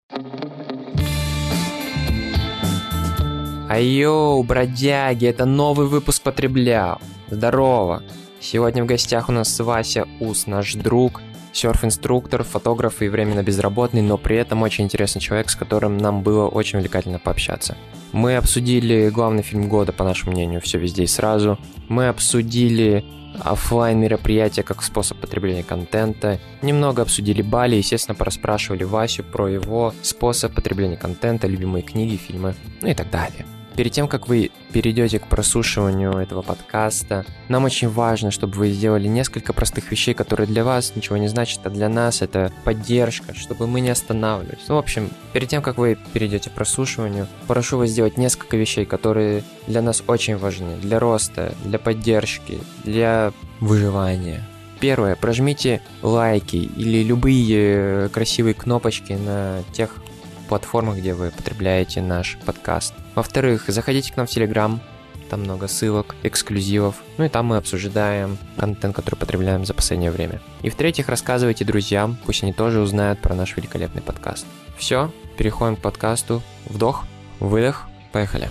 Айоу, бродяги, это новый выпуск «Потреблял». Здорово! Сегодня в гостях у нас Вася Ус, наш друг, серф-инструктор, фотограф и временно безработный, но при этом очень интересный человек, с которым нам было очень увлекательно пообщаться. Мы обсудили главный фильм года, по нашему мнению, «Все везде и сразу». Мы обсудили офлайн мероприятия как способ потребления контента. Немного обсудили Бали, естественно, порасспрашивали Васю про его способ потребления контента, любимые книги, фильмы, ну и так далее. Перед тем, как вы перейдете к прослушиванию этого подкаста, нам очень важно, чтобы вы сделали несколько простых вещей, которые для вас ничего не значат, а для нас это поддержка, чтобы мы не останавливались. Ну, в общем, перед тем, как вы перейдете к прослушиванию, прошу вас сделать несколько вещей, которые для нас очень важны, для роста, для поддержки, для выживания. Первое, прожмите лайки или любые красивые кнопочки на тех платформах, где вы потребляете наш подкаст. Во-вторых, заходите к нам в Telegram, там много ссылок, эксклюзивов, ну и там мы обсуждаем контент, который потребляем за последнее время. И в-третьих, рассказывайте друзьям, пусть они тоже узнают про наш великолепный подкаст. Все, переходим к подкасту. Вдох, выдох, поехали.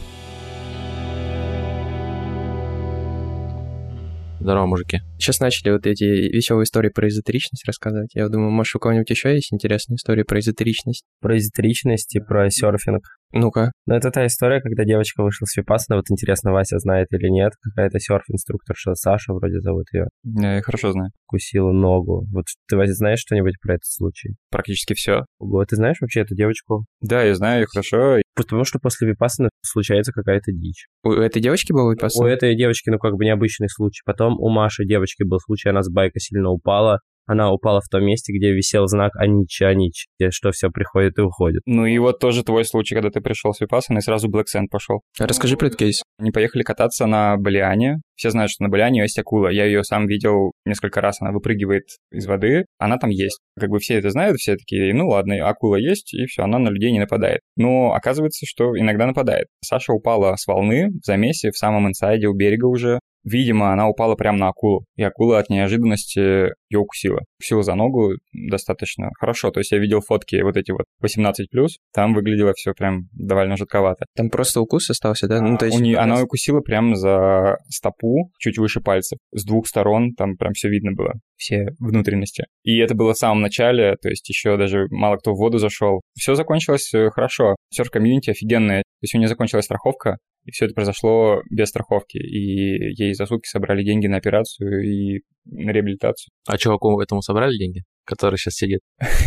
Здорово, мужики. Сейчас начали вот эти веселые истории про эзотеричность рассказывать. Я думаю, может, у кого-нибудь еще есть интересные истории про эзотеричность? Про эзотеричность и про серфинг. Ну-ка. Ну, это та история, когда девочка вышла с Випассаны. Вот интересно, Вася знает или нет. Какая-то серф-инструкторша, Саша вроде зовут ее. Я хорошо знаю. Кусила ногу. Вот ты, Вася, знаешь что-нибудь про этот случай? Практически все. Ого, ты знаешь вообще эту девочку? Да, я знаю ее хорошо. Потому что после Випассаны случается какая-то дичь. У этой девочки был Випассана? У этой девочки, ну, как бы необычный случай. Потом у Маши девочки был случай, она с байка сильно упала. Она упала в том месте, где висел знак «Аничи, Аничи», где что все приходит и уходит. Ну и вот тоже твой случай, когда ты пришел с Випассаны и сразу Black Sand пошел. Расскажи про этот кейс. Они поехали кататься на Балиане. Все знают, что на Балиане есть акула. Я ее сам видел несколько раз, она выпрыгивает из воды, она там есть. Как бы все это знают, все такие, ну ладно, акула есть, и все, она на людей не нападает. Но оказывается, что иногда нападает. Саша упала с волны в замесе, в самом инсайде у берега уже. Видимо, она упала прямо на акулу, и акула от неожиданности ее укусила. Укусила за ногу достаточно хорошо, то есть я видел фотки вот эти вот 18+, там выглядело все прям довольно жутковато. Там просто укус остался, да? Ну, то есть... Она укусила прямо за стопу, чуть выше пальцев. С двух сторон там прям все видно было, все внутренности. И это было в самом начале, то есть еще даже мало кто в воду зашел. Все закончилось хорошо. Серф-комьюнити офигенное. То есть у нее закончилась страховка, и все это произошло без страховки. И ей за сутки собрали деньги на операцию и на реабилитацию. А чуваку этому собрали деньги, который сейчас сидит?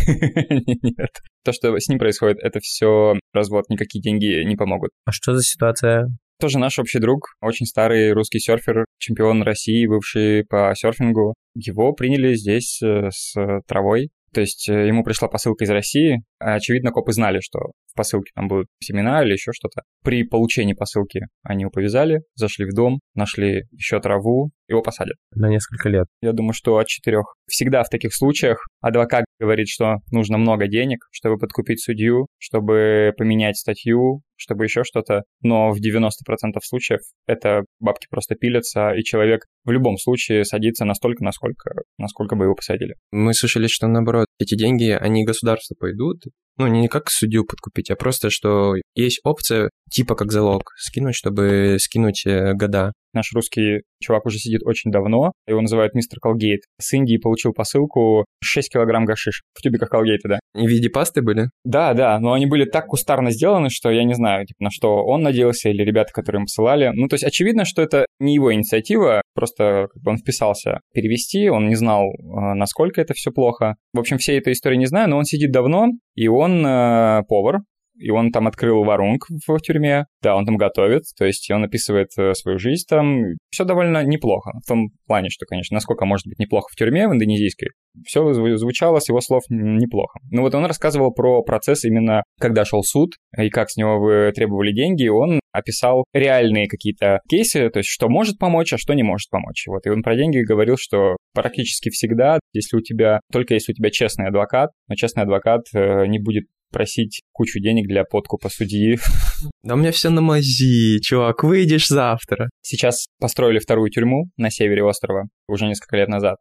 Нет. То, что с ним происходит, это все развод, никакие деньги не помогут. А что за ситуация? Тоже наш общий друг, очень старый русский серфер, чемпион России, бывший по серфингу. Его приняли здесь с травой. То есть ему пришла посылка из России, а очевидно, копы знали, что в посылке там будут семена или еще что-то. При получении посылки они его повязали, зашли в дом, нашли еще траву, его посадят. На несколько лет. Я думаю, что от 4. Всегда в таких случаях адвокат говорит, что нужно много денег, чтобы подкупить судью, чтобы поменять статью, чтобы еще что-то. Но в 90% случаев это бабки просто пилятся, и человек в любом случае садится настолько, насколько бы его посадили. Мы слышали, что наоборот, эти деньги, они государству пойдут. Ну, не как судью подкупить, а просто, что есть опция, типа как залог, скинуть, чтобы скинуть года. Наш русский чувак уже сидит очень давно, его называют мистер Колгейт. С Индии получил посылку 6 килограмм гашиш в тюбиках Колгейта, да. И в виде пасты были? Да, но они были так кустарно сделаны, что я не знаю, типа, на что он надеялся или ребята, которые им посылали. Ну, то есть очевидно, что это не его инициатива, просто как бы он вписался перевести, он не знал, насколько это все плохо. В общем, всей этой истории не знаю, но он сидит давно, и он повар. И он там открыл варунг в тюрьме. Да, он там готовит, то есть он описывает свою жизнь там. Все довольно неплохо. В том плане, что, конечно, насколько может быть неплохо в тюрьме в индонезийской. Все звучало с его слов неплохо. Ну вот он рассказывал про процесс именно, когда шел суд, и как с него требовали деньги. Он описал реальные какие-то кейсы, то есть что может помочь, а что не может помочь. Вот. И он про деньги говорил, что практически всегда, если у тебя честный адвокат, но честный адвокат не будет просить кучу денег для подкупа судьи. Да у меня все на мази, чувак, выйдешь завтра. Сейчас построили вторую тюрьму на севере острова уже несколько лет назад.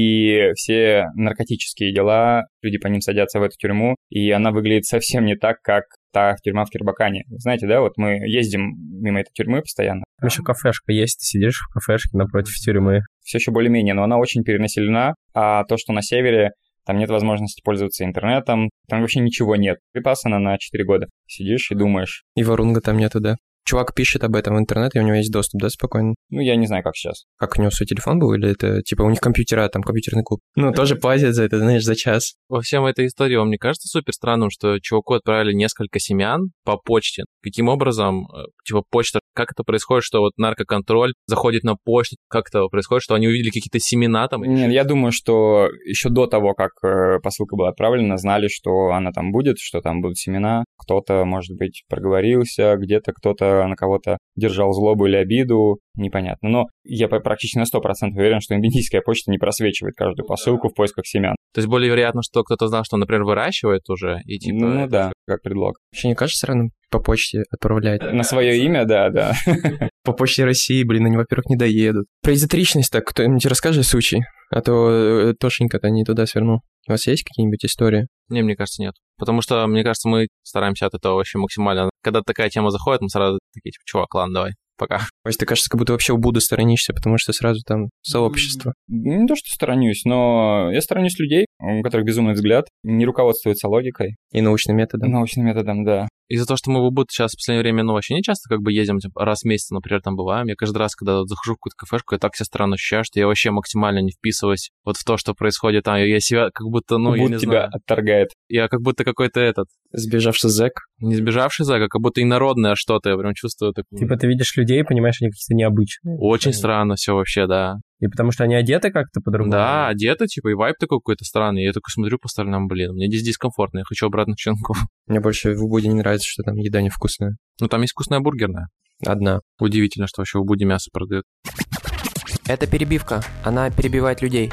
И все наркотические дела, люди по ним садятся в эту тюрьму, и она выглядит совсем не так, как та тюрьма в Кирбакане. Знаете, да, вот мы ездим мимо этой тюрьмы постоянно. Там еще кафешка есть, ты сидишь в кафешке напротив тюрьмы. Все еще более-менее, но она очень перенаселена, а то, что на севере, там нет возможности пользоваться интернетом, там вообще ничего нет. Припасано на 4 года. Сидишь и думаешь. И Варунга там нету, да? Чувак пишет об этом в интернет, и у него есть доступ, да, спокойно? Ну, я не знаю, как сейчас. Как у него свой телефон был, или это, типа, у них компьютера, там, компьютерный клуб? Ну, тоже платят за это, знаешь, за час. Во всем этой истории вам не кажется супер странным, что чуваку отправили несколько семян по почте? Каким образом, типа, почта, как это происходит, что вот наркоконтроль заходит на почту, как это происходит, что они увидели какие-то семена там? Нет, я думаю, что еще до того, как посылка была отправлена, знали, что она там будет, что там будут семена. Кто-то, может быть, проговорился, где-то кто-то на кого-то держал злобу или обиду, непонятно. Но я практически на 100% уверен, что индонезийская почта не просвечивает каждую посылку в поисках семян. То есть более вероятно, что кто-то знал, что, например, выращивает уже, и типа... Ну да, как предлог. Вообще не кажется странным по почте отправлять? На свое имя, да. По почте России, блин, они, во-первых, не доедут. Про эзотеричность так, кто-нибудь расскажет случай? А то Тошенька-то не туда свернул. У вас есть какие-нибудь истории? Не, мне кажется, нет. Потому что, мне кажется, мы стараемся от этого вообще максимально... Когда такая тема заходит, мы сразу такие, типа, чувак, ладно, давай, пока. То есть ты, кажется, как будто вообще у Будды сторонишься, потому что сразу там сообщество. Не то, что сторонюсь, но я сторонюсь людей, у которых безумный взгляд, не руководствуются логикой. И научным методом. Научным методом, да. Из-за того, что мы в Убуд сейчас в последнее время, ну, вообще не часто как бы ездим, типа, раз в месяц, например, там бываем. Я каждый раз, когда захожу в какую-то кафешку, я так себя странно ощущаю, что я вообще максимально не вписываюсь вот в то, что происходит там. Я себя как будто, ну, Убуд я не тебя знаю. отторгает. Я как будто какой-то этот... Сбежавший зэк. Не сбежавший зэк, а как будто инородное что-то. Я прям чувствую такое. Типа ты видишь людей, понимаешь, они какие-то необычные. Очень странно все вообще, да. И потому что они одеты как-то по-другому. Да, одеты, типа, и вайб такой какой-то странный. Я такой смотрю по сторонам, блин, мне здесь дискомфортно, я хочу обратно в Чонгу. Мне больше в Убуде не нравится, что там еда невкусная. Ну, там есть вкусная бургерная. Одна. Удивительно, что вообще в Убуде мясо продают. Это перебивка. Она перебивает людей.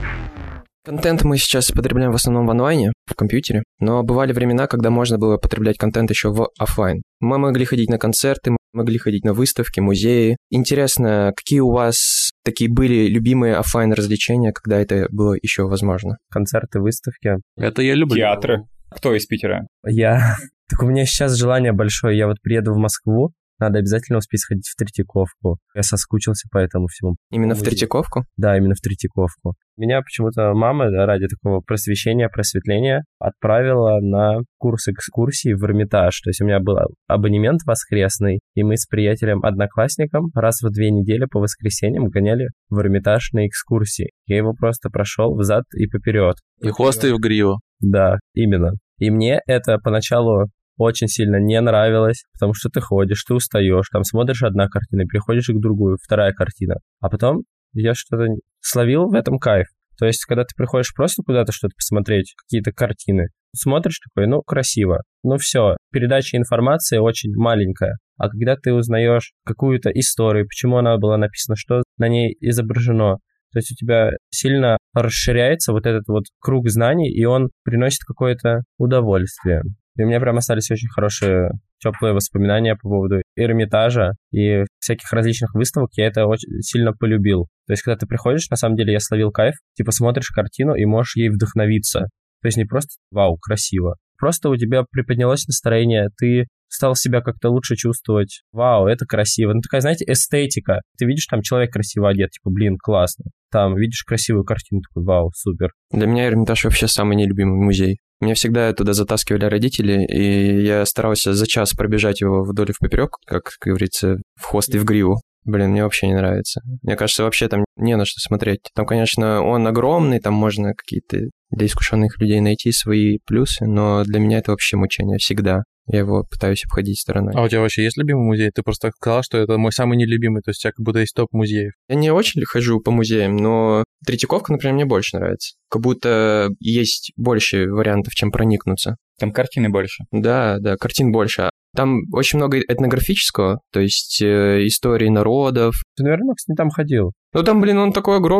Контент мы сейчас потребляем в основном в онлайне, в компьютере, но бывали времена, когда можно было потреблять контент еще в офлайн. Мы могли ходить на концерты, могли ходить на выставки, музеи. Интересно, какие у вас такие были любимые офлайн развлечения, когда это было еще возможно? Концерты, выставки. Это я люблю. Театры. Кто из Питера? Так у меня сейчас желание большое. Я вот приеду в Москву, надо обязательно успеть сходить в Третьяковку. Я соскучился по этому всему. Именно в Третьяковку? Да, именно в Третьяковку. Меня почему-то мама ради такого просвещения, просветления отправила на курс экскурсий в Эрмитаж. То есть у меня был абонемент воскресный, и мы с приятелем-одноклассником раз в 2 недели по воскресеньям гоняли в Эрмитаж на экскурсии. Я его просто прошел взад и поперед. И хвост, и в гриву. Да, именно. И мне это поначалу очень сильно не нравилось, потому что ты ходишь, ты устаешь, там смотришь одна картина, переходишь к другую, вторая картина. А потом я что-то словил в этом кайф. То есть, когда ты приходишь просто куда-то что-то посмотреть, какие-то картины, смотришь такой, ну, красиво. Ну, все, передача информации очень маленькая. А когда ты узнаешь какую-то историю, почему она была написана, что на ней изображено, то есть у тебя сильно расширяется вот этот вот круг знаний, и он приносит какое-то удовольствие. И у меня прям остались очень хорошие, теплые воспоминания по поводу Эрмитажа и всяких различных выставок. Я это очень сильно полюбил. То есть, когда ты приходишь, на самом деле я словил кайф, типа смотришь картину и можешь ей вдохновиться. То есть не просто «Вау, красиво». Просто у тебя приподнялось настроение, ты стал себя как-то лучше чувствовать. Вау, это красиво. Ну, такая, знаете, эстетика. Ты видишь, там человек красиво одет, типа, блин, классно. Там видишь красивую картину, такой, вау, супер. Для меня Эрмитаж вообще самый нелюбимый музей. Меня всегда туда затаскивали родители, и я старался за час пробежать его вдоль и впоперек, как говорится, в хвост и в гриву. Блин, мне вообще не нравится. Мне кажется, вообще там не на что смотреть. Там, конечно, он огромный, там можно какие-то для искушенных людей найти свои плюсы, но для меня это вообще мучение всегда. Я его пытаюсь обходить стороной. А у тебя вообще есть любимый музей? Ты просто сказал, что это мой самый нелюбимый, то есть у тебя как будто есть топ музеев. Я не очень хожу по музеям, но Третьяковка, например, мне больше нравится. Как будто есть больше вариантов, чем проникнуться. Там картины больше. Да, картин больше. Там очень много этнографического, то есть истории народов. Ты, наверное, Макс, не там ходил. Ну там, блин, он такой огромный.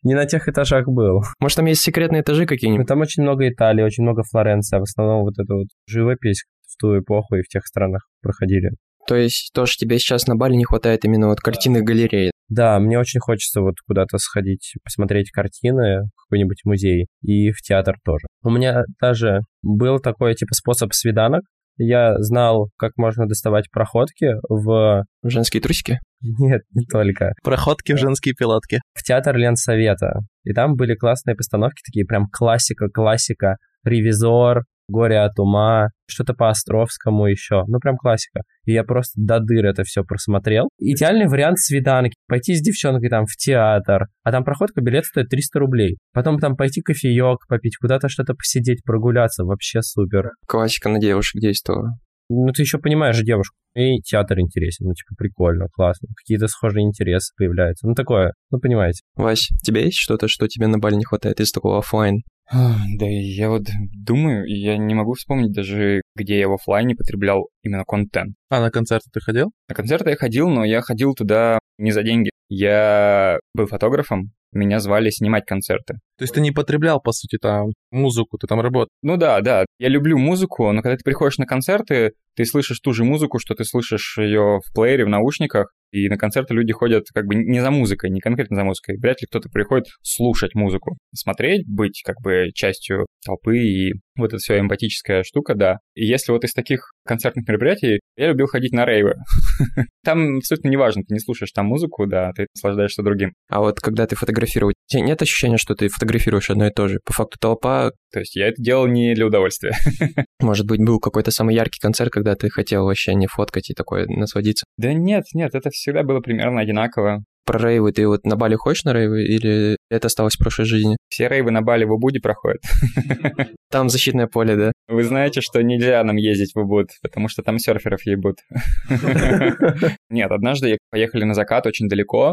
Не на тех этажах был. Может, там есть секретные этажи Ну, какие-нибудь? там очень много Италии, очень много Флоренции, а в основном вот эта вот живопись в ту эпоху и в тех странах проходили. То есть то, что тебе сейчас на Бали не хватает именно вот картинных галерей. Да, мне очень хочется вот куда-то сходить, посмотреть картины, в какой-нибудь музей, и в театр тоже. У меня даже был такой, типа, способ свиданок. Я знал, как можно доставать проходки в... Женские трусики? Нет, не только. Проходки в женские пилотки. В театр Ленсовета. И там были классные постановки, такие прям классика, «Ревизор», «Горе от ума», что-то по Островскому еще. Ну, прям классика. И я просто до дыр это все просмотрел. Идеальный вариант свиданки. Пойти с девчонкой там в театр, а там проходка, билет стоит 300 рублей. Потом там пойти кофеек попить, куда-то что-то посидеть, прогуляться. Вообще супер. Классика на девушек действовала. Ну, ты еще понимаешь девушку. И театр интересен. Ну, типа, прикольно, классно. Какие-то схожие интересы появляются. Ну, такое, ну, понимаете. Вась, тебе есть что-то, что тебе на Бали не хватает из такого оффлайн? Да, я вот думаю, и я не могу вспомнить даже, где я в оффлайне потреблял именно контент. А на концерты ты ходил? На концерты я ходил, но я ходил туда не за деньги. Я был фотографом, меня звали снимать концерты. То есть ты не потреблял, по сути, там музыку, ты там работал? Ну да, я люблю музыку, но когда ты приходишь на концерты, ты слышишь ту же музыку, что ты слышишь ее в плеере, в наушниках, и на концерты люди ходят как бы не за музыкой, не конкретно за музыкой. Вряд ли кто-то приходит слушать музыку. Смотреть, быть как бы частью толпы и вот эта вся эмпатическая штука, да. И если вот из таких концертных мероприятий, я любил ходить на рейвы. Там абсолютно неважно, ты не слушаешь там музыку, да, ты наслаждаешься другим. А вот когда ты фотографировал, у тебя нет ощущения, что ты фотографируешь одно и то же? По факту толпа... То есть я это делал не для удовольствия. Может быть, был какой-то самый яркий концерт, когда ты хотел вообще не фоткать и такое насладиться? Да нет, это всегда было примерно одинаково. Про рейвы ты вот на Бали ходишь на рейвы или это осталось в прошлой жизни? Все рейвы на Бали в Убуде проходят. Там защитное поле, да? Вы знаете, что нельзя нам ездить в Убуд, потому что там серферов ебут. Нет, однажды поехали на закат очень далеко,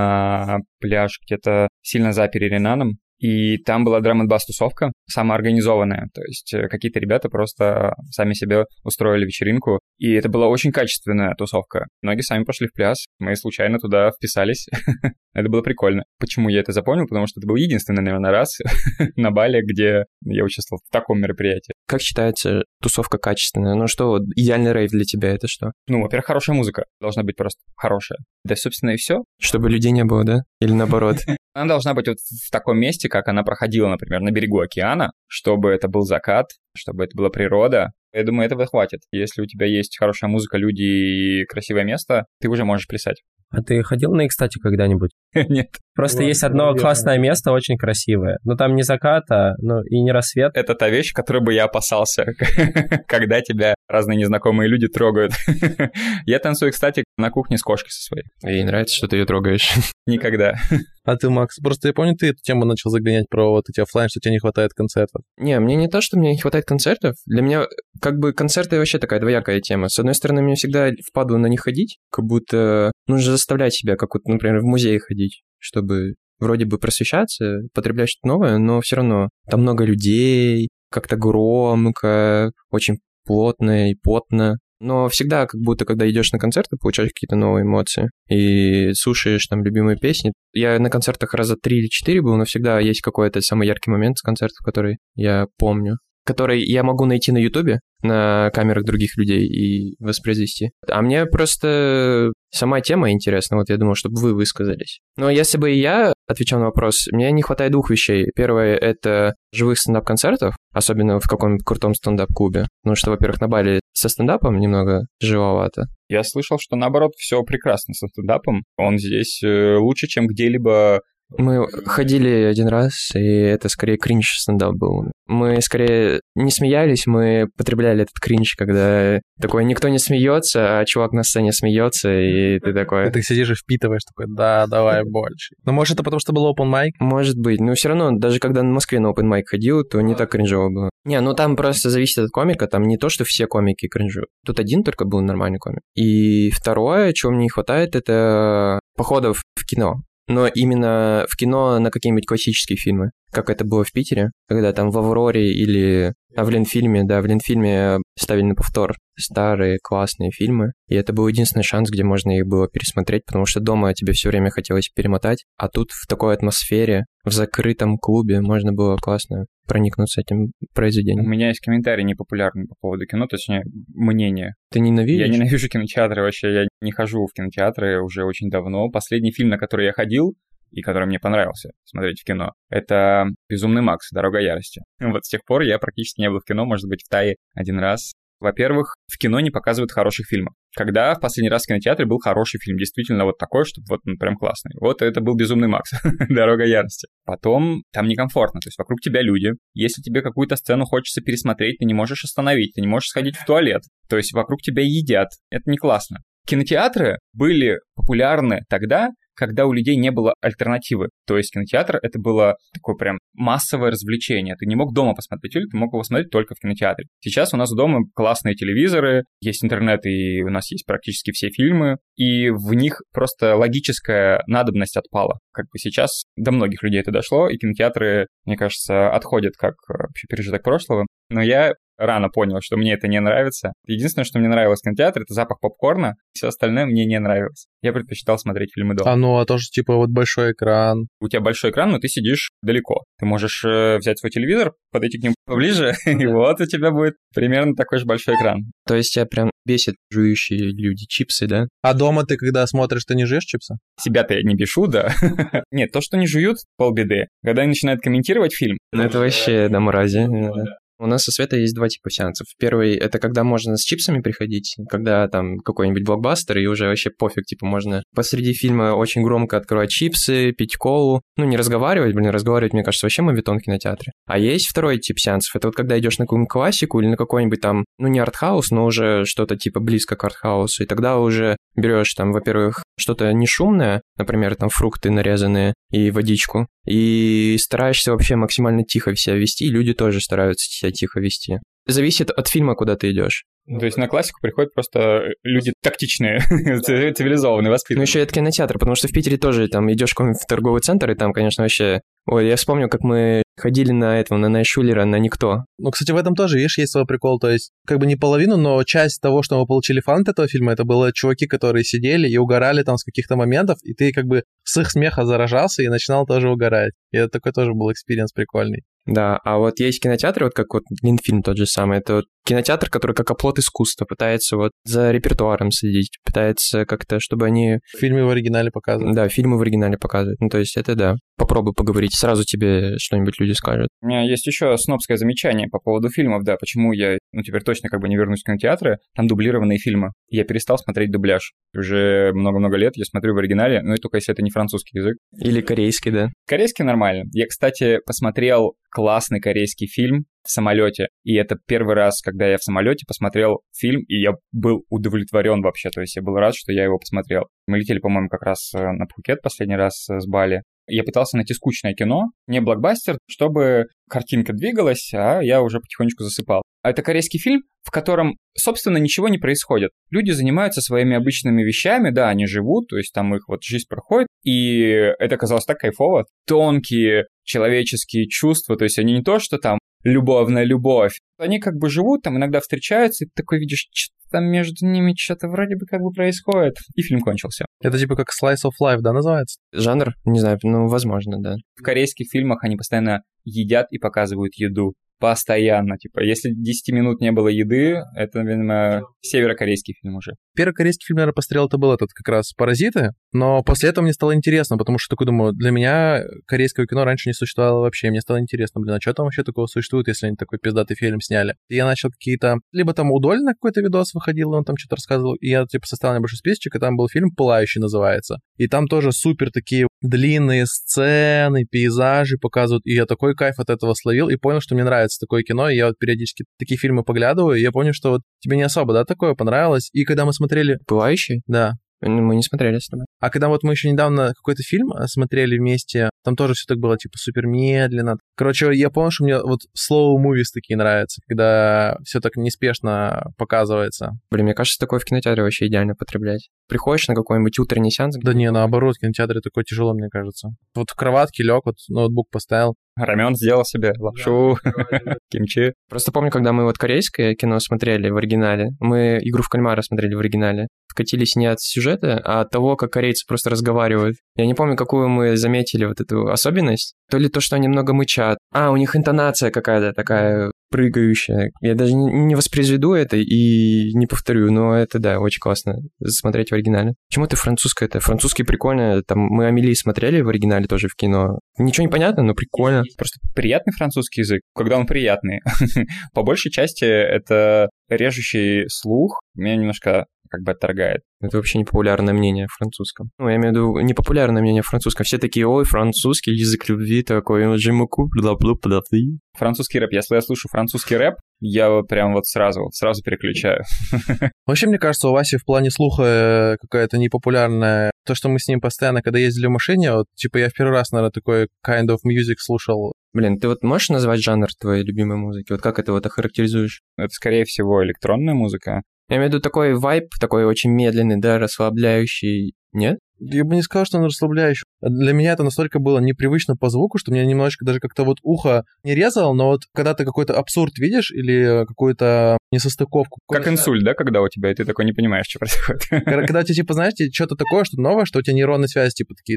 на пляж где-то сильно за Переринаном, и там была драм-н-бас-тусовка, самоорганизованная, то есть какие-то ребята просто сами себе устроили вечеринку, и это была очень качественная тусовка. Многие сами пошли в пляс, мы случайно туда вписались. Это было прикольно. Почему я это запомнил? Потому что это был единственный, наверное, раз на Бали, где я участвовал в таком мероприятии. Как считается тусовка качественная? Ну что, вот идеальный рейв для тебя это что? Ну, во-первых, хорошая музыка должна быть просто хорошая. Да, собственно, и все. Чтобы людей не было, да? Или наоборот? Она должна быть вот в таком месте, как она проходила, например, на берегу океана, чтобы это был закат, чтобы это была природа. Я думаю, этого хватит. Если у тебя есть хорошая музыка, люди и красивое место, ты уже можешь плясать. А ты ходил на X-Стати когда-нибудь? Нет. Просто есть одно классное место, очень красивое. Но там не закат, и не рассвет. Это та вещь, которой бы я опасался, когда тебя разные незнакомые люди трогают. Я танцую, кстати, на кухне с кошкой со своей. Ей нравится, что ты ее трогаешь? Никогда. А ты, Макс, просто я помню, ты эту тему начал загонять про вот эти оффлайн, что тебе не хватает концертов. Не, мне не то, что мне не хватает концертов. Для меня как бы концерты вообще такая двоякая тема. С одной стороны, мне всегда впадло на них ходить, как будто нужно заставлять себя, как вот, например, в музей ходить, чтобы вроде бы просвещаться, потреблять что-то новое, но все равно там много людей, как-то громко, очень плотно и потно. Но всегда, как будто, когда идешь на концерты, получаешь какие-то новые эмоции и слушаешь там любимые песни. Я на концертах раза 3 или 4 был, но всегда есть какой-то самый яркий момент с концертов, который я помню, который я могу найти на Ютубе, на камерах других людей и воспроизвести. А мне просто сама тема интересна, вот я думал, чтобы вы высказались. Но если бы я отвечал на вопрос, мне не хватает двух вещей. Первое — это живых стендап-концертов, особенно в каком-нибудь крутом стендап-клубе. Потому что, во-первых, на Бали со стендапом немного тяжеловато. Я слышал, что наоборот все прекрасно со стендапом. Он здесь лучше, чем где-либо. Мы ходили один раз, и это скорее кринж стендап был. Мы скорее не смеялись, мы потребляли этот кринж, когда такой никто не смеется, а чувак на сцене смеется, и ты такой... Ты сидишь и впитываешь, такой, да, давай больше. Ну, может, это потому, что был open mic? Может быть, но все равно, даже когда в Москве на open mic ходил, то не так кринжово было. Не, ну там просто зависит от комика, там не то, что все комики кринжуют. Тут один только был нормальный комик. И второе, чего мне не хватает, это походов в кино. Но именно в кино на какие-нибудь классические фильмы. как это было в Питере, когда там в «Авроре» или в Ленфильме ставили на повтор старые классные фильмы, и это был единственный шанс, где можно их было пересмотреть, потому что дома тебе все время хотелось перемотать, а тут в такой атмосфере, в закрытом клубе можно было классно проникнуться этим произведением. У меня есть комментарий непопулярный по поводу кино, точнее, мнение. Ты ненавидишь? Я ненавижу кинотеатры вообще, я не хожу в кинотеатры уже очень давно. Последний фильм, на который я ходил, и который мне понравился смотреть в кино, это «Безумный Макс. Дорога ярости». Вот с тех пор я практически не был в кино, может быть, в Тае один раз. Во-первых, в кино не показывают хороших фильмов. Когда в последний раз в кинотеатре был хороший фильм, действительно вот такой, чтобы вот прям классный. Вот это был «Безумный Макс. Дорога ярости». Потом там некомфортно, то есть вокруг тебя люди. Если тебе какую-то сцену хочется пересмотреть, ты не можешь остановить, ты не можешь сходить в туалет. То есть вокруг тебя едят. Это не классно. Кинотеатры были популярны тогда, когда у людей не было альтернативы. То есть кинотеатр — это было такое прям массовое развлечение. Ты не мог дома посмотреть фильм, ты мог его смотреть только в кинотеатре. Сейчас у нас дома классные телевизоры, есть интернет, и у нас есть практически все фильмы, и в них просто логическая надобность отпала. Как бы сейчас до многих людей это дошло, и кинотеатры, мне кажется, отходят как вообще пережиток прошлого. Но я рано понял, что мне это не нравится. Единственное, что мне нравилось в кинотеатре, это запах попкорна. Все остальное мне не нравилось. Я предпочитал смотреть фильмы дома. А тоже типа вот большой экран. У тебя большой экран, но ты сидишь далеко. Ты можешь взять свой телевизор, подойти к нему поближе, и вот у тебя будет примерно такой же большой экран. То есть тебя прям бесит жующие люди чипсы, да? А дома ты, когда смотришь, ты не жуешь чипсы? Себя-то я не бешу, да. Нет, то, что не жуют, полбеды. Когда они начинают комментировать фильм... Ну это вообще до мрази. У нас со Светой есть два типа сеансов. Первый — это когда можно с чипсами приходить, когда там какой-нибудь блокбастер, и уже вообще пофиг, типа можно посреди фильма очень громко открывать чипсы, пить колу. Ну, не разговаривать, разговаривать, мне кажется, вообще моветон в кинотеатре. А есть второй тип сеансов. Это вот когда идешь на какую-нибудь классику или на какой-нибудь там, ну, не артхаус, но уже что-то типа близко к артхаусу. И тогда уже берешь там, во-первых, что-то не шумное, например, там фрукты нарезанные и водичку, и стараешься вообще максимально тихо себя вести, и люди тоже стараются себя тихо вести. Зависит от фильма, куда ты идешь. То есть на классику приходят просто люди тактичные, цивилизованные, воспитанные. Ну, еще и от кинотеатра, потому что в Питере тоже там идешь в какой-нибудь торговый центр, и там, конечно, вообще... Ой, я вспомнил, как мы ходили на Найшулера, на «Никто». Ну, кстати, в этом тоже, видишь, есть свой прикол. То есть, как бы не половину, но часть того, что мы получили фан от этого фильма, это было чуваки, которые сидели и угорали там с каких-то моментов, и ты как бы с их смеха заражался и начинал тоже угорать. И это такой тоже был экспириенс прикольный. Да, а вот есть кинотеатры, вот как вот Ленфильм тот же самый, это вот кинотеатр, который как оплот искусства, пытается вот за репертуаром следить, пытается как-то, чтобы они... Фильмы в оригинале показывают. Да, фильмы в оригинале показывают, ну то есть это да. Попробуй поговорить, сразу тебе что-нибудь люди скажут. У меня есть еще снобское замечание по поводу фильмов, да, почему я, теперь точно как бы не вернусь в кинотеатры, там дублированные фильмы. Я перестал смотреть дубляж. Уже много-много лет я смотрю в оригинале, но и только если это не французский язык. Или корейский, да. Корейский нормально. Я, кстати, посмотрел классный корейский фильм в самолете, и это первый раз, когда я в самолете посмотрел фильм, и я был удовлетворен вообще, то есть я был рад, что я его посмотрел. Мы летели, по-моему, как раз на Пхукет последний раз с Бали. Я пытался найти скучное кино, не блокбастер, чтобы картинка двигалась, а я уже потихонечку засыпал. А это корейский фильм, в котором, собственно, ничего не происходит. Люди занимаются своими обычными вещами, да, они живут, то есть там их вот жизнь проходит, и это казалось так кайфово. Тонкие человеческие чувства, то есть они не то, что там любовная любовь, они как бы живут, там иногда встречаются, и ты такой видишь, что там между ними что-то вроде бы как бы происходит, и фильм кончился. Это типа как Slice of Life, да, называется? Жанр? Не знаю, ну, возможно, да. В корейских фильмах они постоянно едят и показывают еду. Постоянно, типа, если 10 минут не было еды, это, видимо, северокорейский фильм уже. Первый корейский фильм, наверное, посмотрел, это был этот как раз «Паразиты», но после этого мне стало интересно, потому что такой думаю, для меня корейского кино раньше не существовало вообще, мне стало интересно, блин, а что там вообще такого существует, если они такой пиздатый фильм сняли? И я начал какие-то, либо там удольно какой-то видос выходил, он там что-то рассказывал, и я типа составил небольшой списочек, и там был фильм «Пылающий» называется, и там тоже супер такие длинные сцены, пейзажи показывают, и я такой кайф от этого словил, и понял, что мне нравится такое кино, и я вот периодически такие фильмы поглядываю, и я понял, что вот тебе не особо, да, такое понравилось, и когда мы смотрели... «Пылающий»? Да. Мы не смотрели с тобой. А когда вот мы еще недавно какой-то фильм смотрели вместе, там тоже все так было, типа, супер медленно. Короче, я понял, что мне вот slow movies такие нравятся, когда все так неспешно показывается. Блин, мне кажется, такое в кинотеатре вообще идеально потреблять. Приходишь на какой-нибудь утренний сеанс? Да не, наоборот, в кинотеатре такое тяжело, мне кажется. Вот в кроватке лег, вот ноутбук поставил, Рамен сделал себе, лапшу, кимчи. Просто помню, когда мы вот корейское кино смотрели в оригинале, мы «Игру в кальмара» смотрели в оригинале, вкатились не от сюжета, а от того, как корейцы просто разговаривают. Я не помню, какую мы заметили вот эту особенность. То ли то, что они много мычат. У них интонация какая-то такая прыгающая. Я даже не воспроизведу это и не повторю, но это, да, очень классно смотреть в оригинале. Почему ты французское это? Французский прикольно. Там мы «Амели» смотрели в оригинале тоже в кино. Ничего не понятно, но прикольно. Просто приятный французский язык, когда он приятный. По большей части это режущий слух. Меня немножко как бы отторгает. Это вообще непопулярное мнение в французском. Я имею в виду непопулярное мнение в французском. Все такие, ой, французский язык любви такой, жимуку, бла-бла-бла. Французский рэп. Если я слушаю французский рэп, я вот прям вот сразу переключаю. Вообще, мне кажется, у Васи в плане слуха какая-то непопулярная. То, что мы с ним постоянно, когда ездили в машине, вот, типа, я в первый раз, наверное, такой kind of music слушал. Блин, ты вот можешь назвать жанр твоей любимой музыки? Вот как это вот охарактеризуешь? Это, скорее всего, электронная музыка. Я имею в виду такой вайб, такой очень медленный, да, расслабляющий. Нет? Я бы не сказал, что он расслабляющий. Для меня это настолько было непривычно по звуку, что мне немножечко даже как-то вот ухо не резало, но вот когда ты какой-то абсурд видишь или какую-то несостыковку... Как инсульт, да, когда у тебя, и ты такой не понимаешь, что происходит. Когда у тебя, типа, знаешь, что-то такое, что-то новое, что у тебя нейронные связи, типа, такие...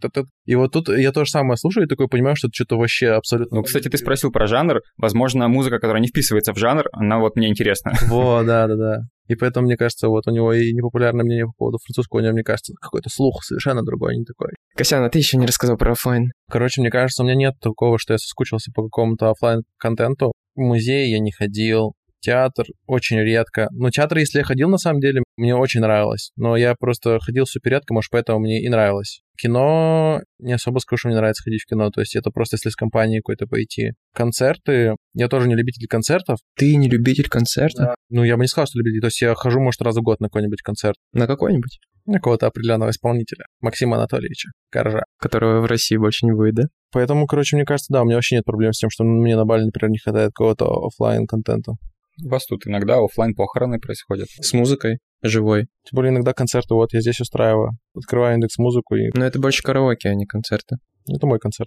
И вот тут я то же самое слушаю и такой понимаю, что это что-то вообще абсолютно... Ну, кстати, ты спросил про жанр. Возможно, музыка, которая не вписывается в жанр, она вот мне интересна. Вот, да. И поэтому, мне кажется, вот у него и непопулярное мнение по поводу французского, у него, мне кажется, какой-то слух совершенно другой, не такой. Косян, а ты еще не рассказал про офлайн. Короче, мне кажется, у меня нет такого, что я соскучился по какому-то офлайн-контенту. В музей я не ходил, театр очень редко. Но театр, если я ходил, на самом деле, мне очень нравилось. Но я просто ходил супер редко, может, поэтому мне и нравилось. Кино, не особо скажу, что мне нравится ходить в кино. То есть это просто если с компанией какой-то пойти. Концерты, я тоже не любитель концертов. Ты не любитель концерта? Да. Ну, я бы не сказал, что любитель. То есть я хожу, может, раз в год на какой-нибудь концерт. На какой-нибудь? На какого-то определенного исполнителя. Максима Анатольевича Коржа. Которого в России больше не будет, да? Поэтому, короче, мне кажется, да, у меня вообще нет проблем с тем, что мне на Бали, например, не хватает какого-то офлайн-контента. У вас тут иногда офлайн похороны происходят. С музыкой живой. Тем более иногда концерты, вот я здесь устраиваю. Открываю Яндекс.Музыку и... Но это больше караоке, а не концерты. Это мой концерт.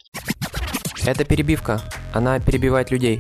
Это перебивка. Она перебивает людей.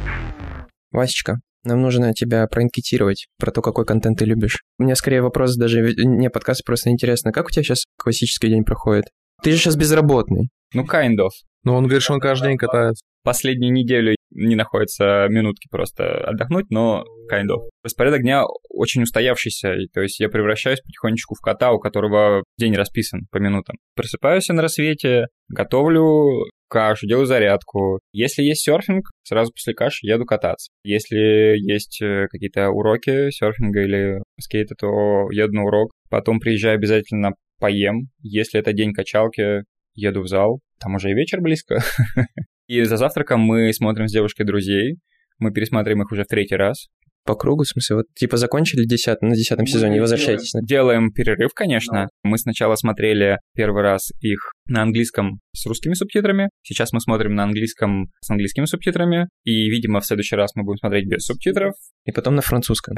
Васечка, нам нужно тебя проанкетировать про то, какой контент ты любишь. У меня скорее вопрос даже не подкаст, просто интересно. Как у тебя сейчас классический день проходит? Ты же сейчас безработный. Ну, kind of. Ну, он говорит, что он каждый день катается. Последнюю неделю не находится минутки просто отдохнуть, но kind of. Распорядок дня очень устоявшийся, то есть я превращаюсь потихонечку в кота, у которого день расписан по минутам. Просыпаюсь на рассвете, готовлю кашу, делаю зарядку. Если есть серфинг, сразу после каши еду кататься. Если есть какие-то уроки серфинга или скейта, то еду на урок. Потом приезжаю обязательно поем. Если это день качалки, еду в зал. Там уже и вечер близко. И за завтраком мы смотрим с девушкой «Друзей». Мы пересматриваем их уже в 3-й раз. По кругу, в смысле? Вот типа закончили на 10-м сезоне и возвращаетесь? Делаем перерыв, конечно. Мы сначала смотрели первый раз их на английском с русскими субтитрами. Сейчас мы смотрим на английском с английскими субтитрами. И, видимо, в следующий раз мы будем смотреть без субтитров. И потом на французском.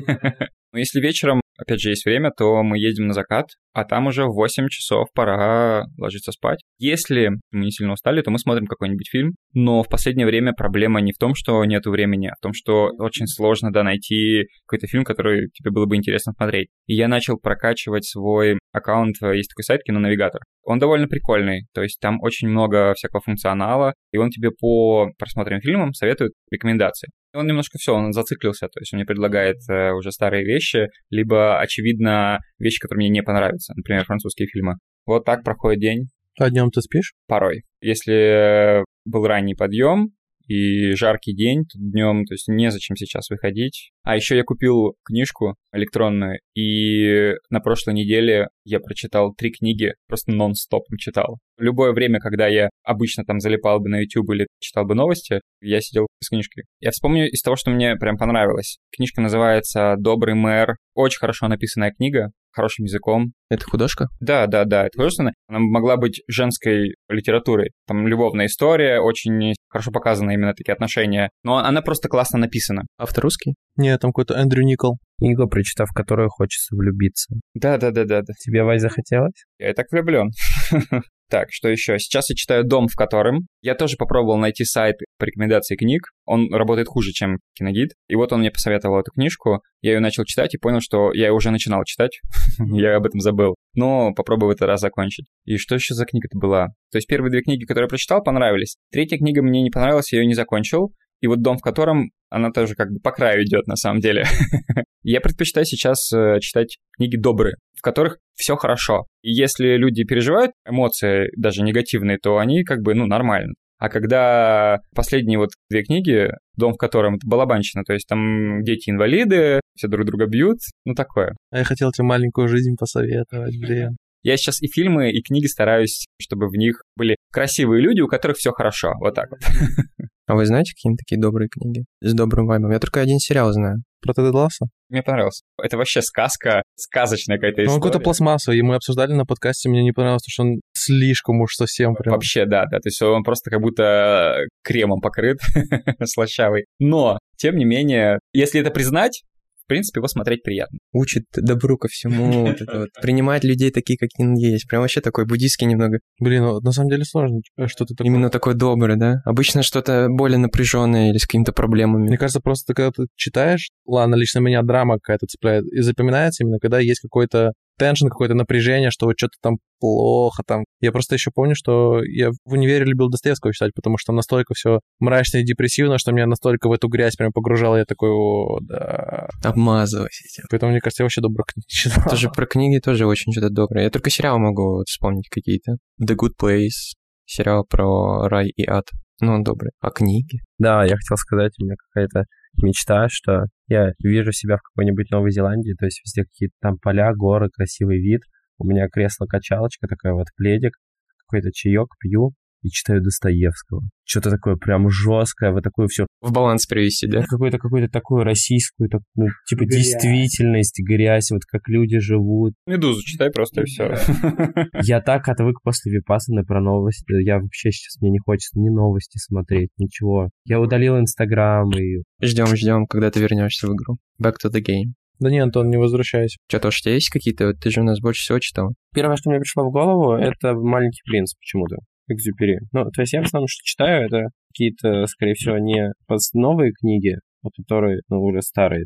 Но если вечером, опять же, есть время, то мы едем на закат, а там уже в 8 часов пора ложиться спать. Если мы не сильно устали, то мы смотрим какой-нибудь фильм. Но в последнее время проблема не в том, что нету времени, а в том, что очень сложно, найти какой-то фильм, который тебе было бы интересно смотреть. И я начал прокачивать свой аккаунт, есть такой сайт «Кинонавигатор». Он довольно прикольный, то есть там очень много всякого функционала, и он тебе по просмотренным фильмам советует рекомендации. Он немножко он зациклился, то есть он мне предлагает уже старые вещи, либо, очевидно, вещи, которые мне не понравятся, например, французские фильмы. Вот так проходит день. А днем ты спишь? Порой. Если был ранний подъем и жаркий день, то днем, то есть незачем сейчас выходить. А еще я купил книжку электронную, и на прошлой неделе я прочитал 3 книги, просто нон-стопом читал. В любое время, когда я обычно там залипал бы на YouTube или читал бы новости, я сидел с книжкой. Я вспомню из того, что мне прям понравилось. Книжка называется «Добрый мэр». Очень хорошо написанная книга, хорошим языком. Это художка? Да, это художественная. Она могла быть женской литературой. Там любовная история, очень хорошо показаны именно такие отношения. Но она просто классно написана. Автор русский? Нет, там какой-то Эндрю Никол. Книгу, прочитав которую хочется влюбиться. Да. Тебе, Вась, захотелось? Я и так влюблен. Так, что еще? Сейчас я читаю «Дом, в котором». Я тоже попробовал найти сайт по рекомендации книг. Он работает хуже, чем Киногид. И вот он мне посоветовал эту книжку. Я ее начал читать и понял, что я уже начинал читать. Я об этом забыл. Но попробую в этот раз закончить. И что еще за книга-то была? То есть первые 2 книги, которые я прочитал, понравились. 3-я книга мне не понравилась, я ее не закончил. И вот «Дом, в котором» она тоже как бы по краю идет, на самом деле. Я предпочитаю сейчас читать книги добрые, в которых все хорошо. И если люди переживают эмоции, даже негативные, то они как бы, нормально. А когда последние вот 2 книги, «Дом, в котором» — это балабанщина, то есть там дети-инвалиды, все друг друга бьют, такое. А я хотел тебе маленькую жизнь посоветовать, блин. Я сейчас и фильмы, и книги стараюсь, чтобы в них были красивые люди, у которых все хорошо. Вот так вот. А вы знаете какие-нибудь такие добрые книги с добрым вайбом? Я только один сериал знаю. Про Теда Ласса? Мне понравился. Это вообще сказка, сказочная какая-то история. Он какой-то пластмассовый, и мы обсуждали на подкасте, мне не понравилось, потому что он слишком уж совсем прям... Вообще, да, то есть он просто как будто кремом покрыт, слащавый. Но, тем не менее, если это признать, в принципе, его смотреть приятно. Учит добру ко всему, вот это вот. Принимать людей такие, какие они есть. Прям вообще такой буддийский немного. Блин, на самом деле сложно что-то такое. Именно такой добрый, да? Обычно что-то более напряженное или с какими-то проблемами. Мне кажется, просто когда ты читаешь, ладно, лично меня драма какая-то цепляет, и запоминается именно, когда есть какой-то теншн, какое-то напряжение, что вот что-то там плохо там. Я просто еще помню, что я в универе любил Достоевского читать, потому что настолько все мрачно и депрессивно, что меня настолько в эту грязь прям погружало, я такой, о, да. Обмазывайся этим. Поэтому, мне кажется, я вообще добрых книг не читал. Тоже про книги тоже очень что-то доброе. Я только сериал могу вспомнить какие-то. The Good Place, сериал про рай и ад. Он добрый. А книги? Да, я хотел сказать, у меня какая-то мечта, что я вижу себя в какой-нибудь Новой Зеландии, то есть везде какие-то там поля, горы, красивый вид. У меня кресло-качалочка, такая вот пледик, какой-то чаек пью и читаю Достоевского. Что-то такое прям жесткое, вот такое все. В баланс привести, да? Какую-то такую российскую, типа действительность, грязь, вот как люди живут. «Медузу» читай просто и все. Я так отвык после Випассаны про новости. Я вообще сейчас, мне не хочется ни новости смотреть, ничего. Я удалил Инстаграм и... Ждем, когда ты вернешься в игру. Back to the game. Да не, Антон, не возвращайся. Что-то уж у тебя есть какие-то? Ты же у нас больше всего читал. Первое, что мне пришло в голову, это «Маленький принц» почему-то. Экзюпери. То есть я в основном, что читаю, это какие-то, скорее всего, не новые книги, которые, уже старые,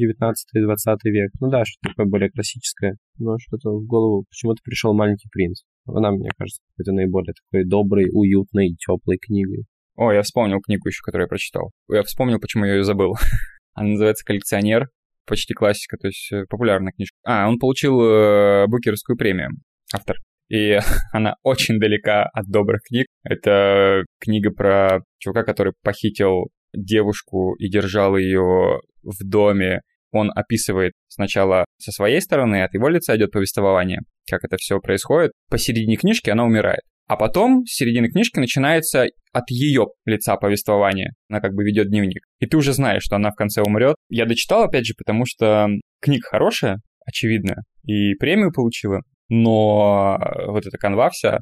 19-20 век. Да, что-то такое более классическое. Но что-то в голову почему-то пришел «Маленький принц». Она, мне кажется, какой-то наиболее такой доброй, уютной, теплой книгой. О, я вспомнил книгу еще, которую я прочитал. Я вспомнил, почему я ее забыл. Она называется «Коллекционер». Почти классика, то есть популярная книжка. Он получил Букеровскую премию, автор. И она очень далека от добрых книг. Это книга про чувака, который похитил девушку и держал ее в доме. Он описывает сначала со своей стороны, от его лица идет повествование, как это все происходит. Посередине книжки она умирает. А потом с середины книжки начинается от ее лица повествование. Она как бы ведет дневник. И ты уже знаешь, что она в конце умрет. Я дочитал, опять же, потому что книга хорошая, очевидно, и премию получила. Но вот эта канва вся,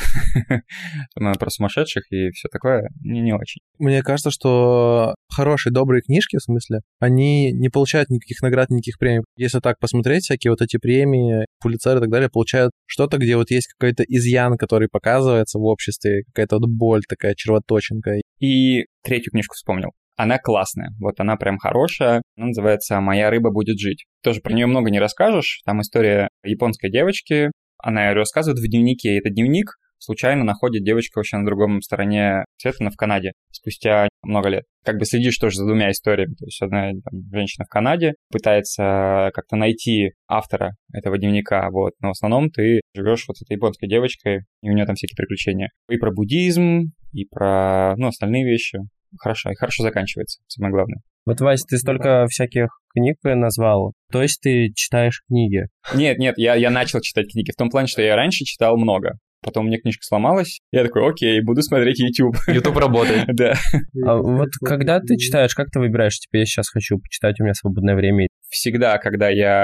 про сумасшедших и все такое, не очень. Мне кажется, что хорошие, добрые книжки, в смысле, они не получают никаких наград, никаких премий. Если так посмотреть, всякие вот эти премии, Пулитцер и так далее, получают что-то, где вот есть какой-то изъян, который показывается в обществе, какая-то вот боль такая, червоточинка. И 3-ю книжку вспомнил. Она классная, вот она прям хорошая, она называется «Моя рыба будет жить». Тоже про нее много не расскажешь, там история японской девочки, она ее рассказывает в дневнике, и этот дневник случайно находит девочка вообще на другом стороне света, в Канаде, спустя много лет. Как бы следишь тоже за 2 историями, то есть одна женщина в Канаде пытается как-то найти автора этого дневника, вот, но в основном ты живешь вот с этой японской девочкой, и у нее там всякие приключения. И про буддизм, и про, остальные вещи. Хорошо, и хорошо заканчивается, самое главное. Вот, Вась, ты столько всяких книг назвал, то есть ты читаешь книги? Нет, я начал читать книги, в том плане, что я раньше читал много. Потом у меня книжка сломалась, я такой, окей, буду смотреть YouTube. YouTube работает. Да. А вот когда ты читаешь, как ты выбираешь, типа, я сейчас хочу почитать, у меня свободное время? Всегда, когда я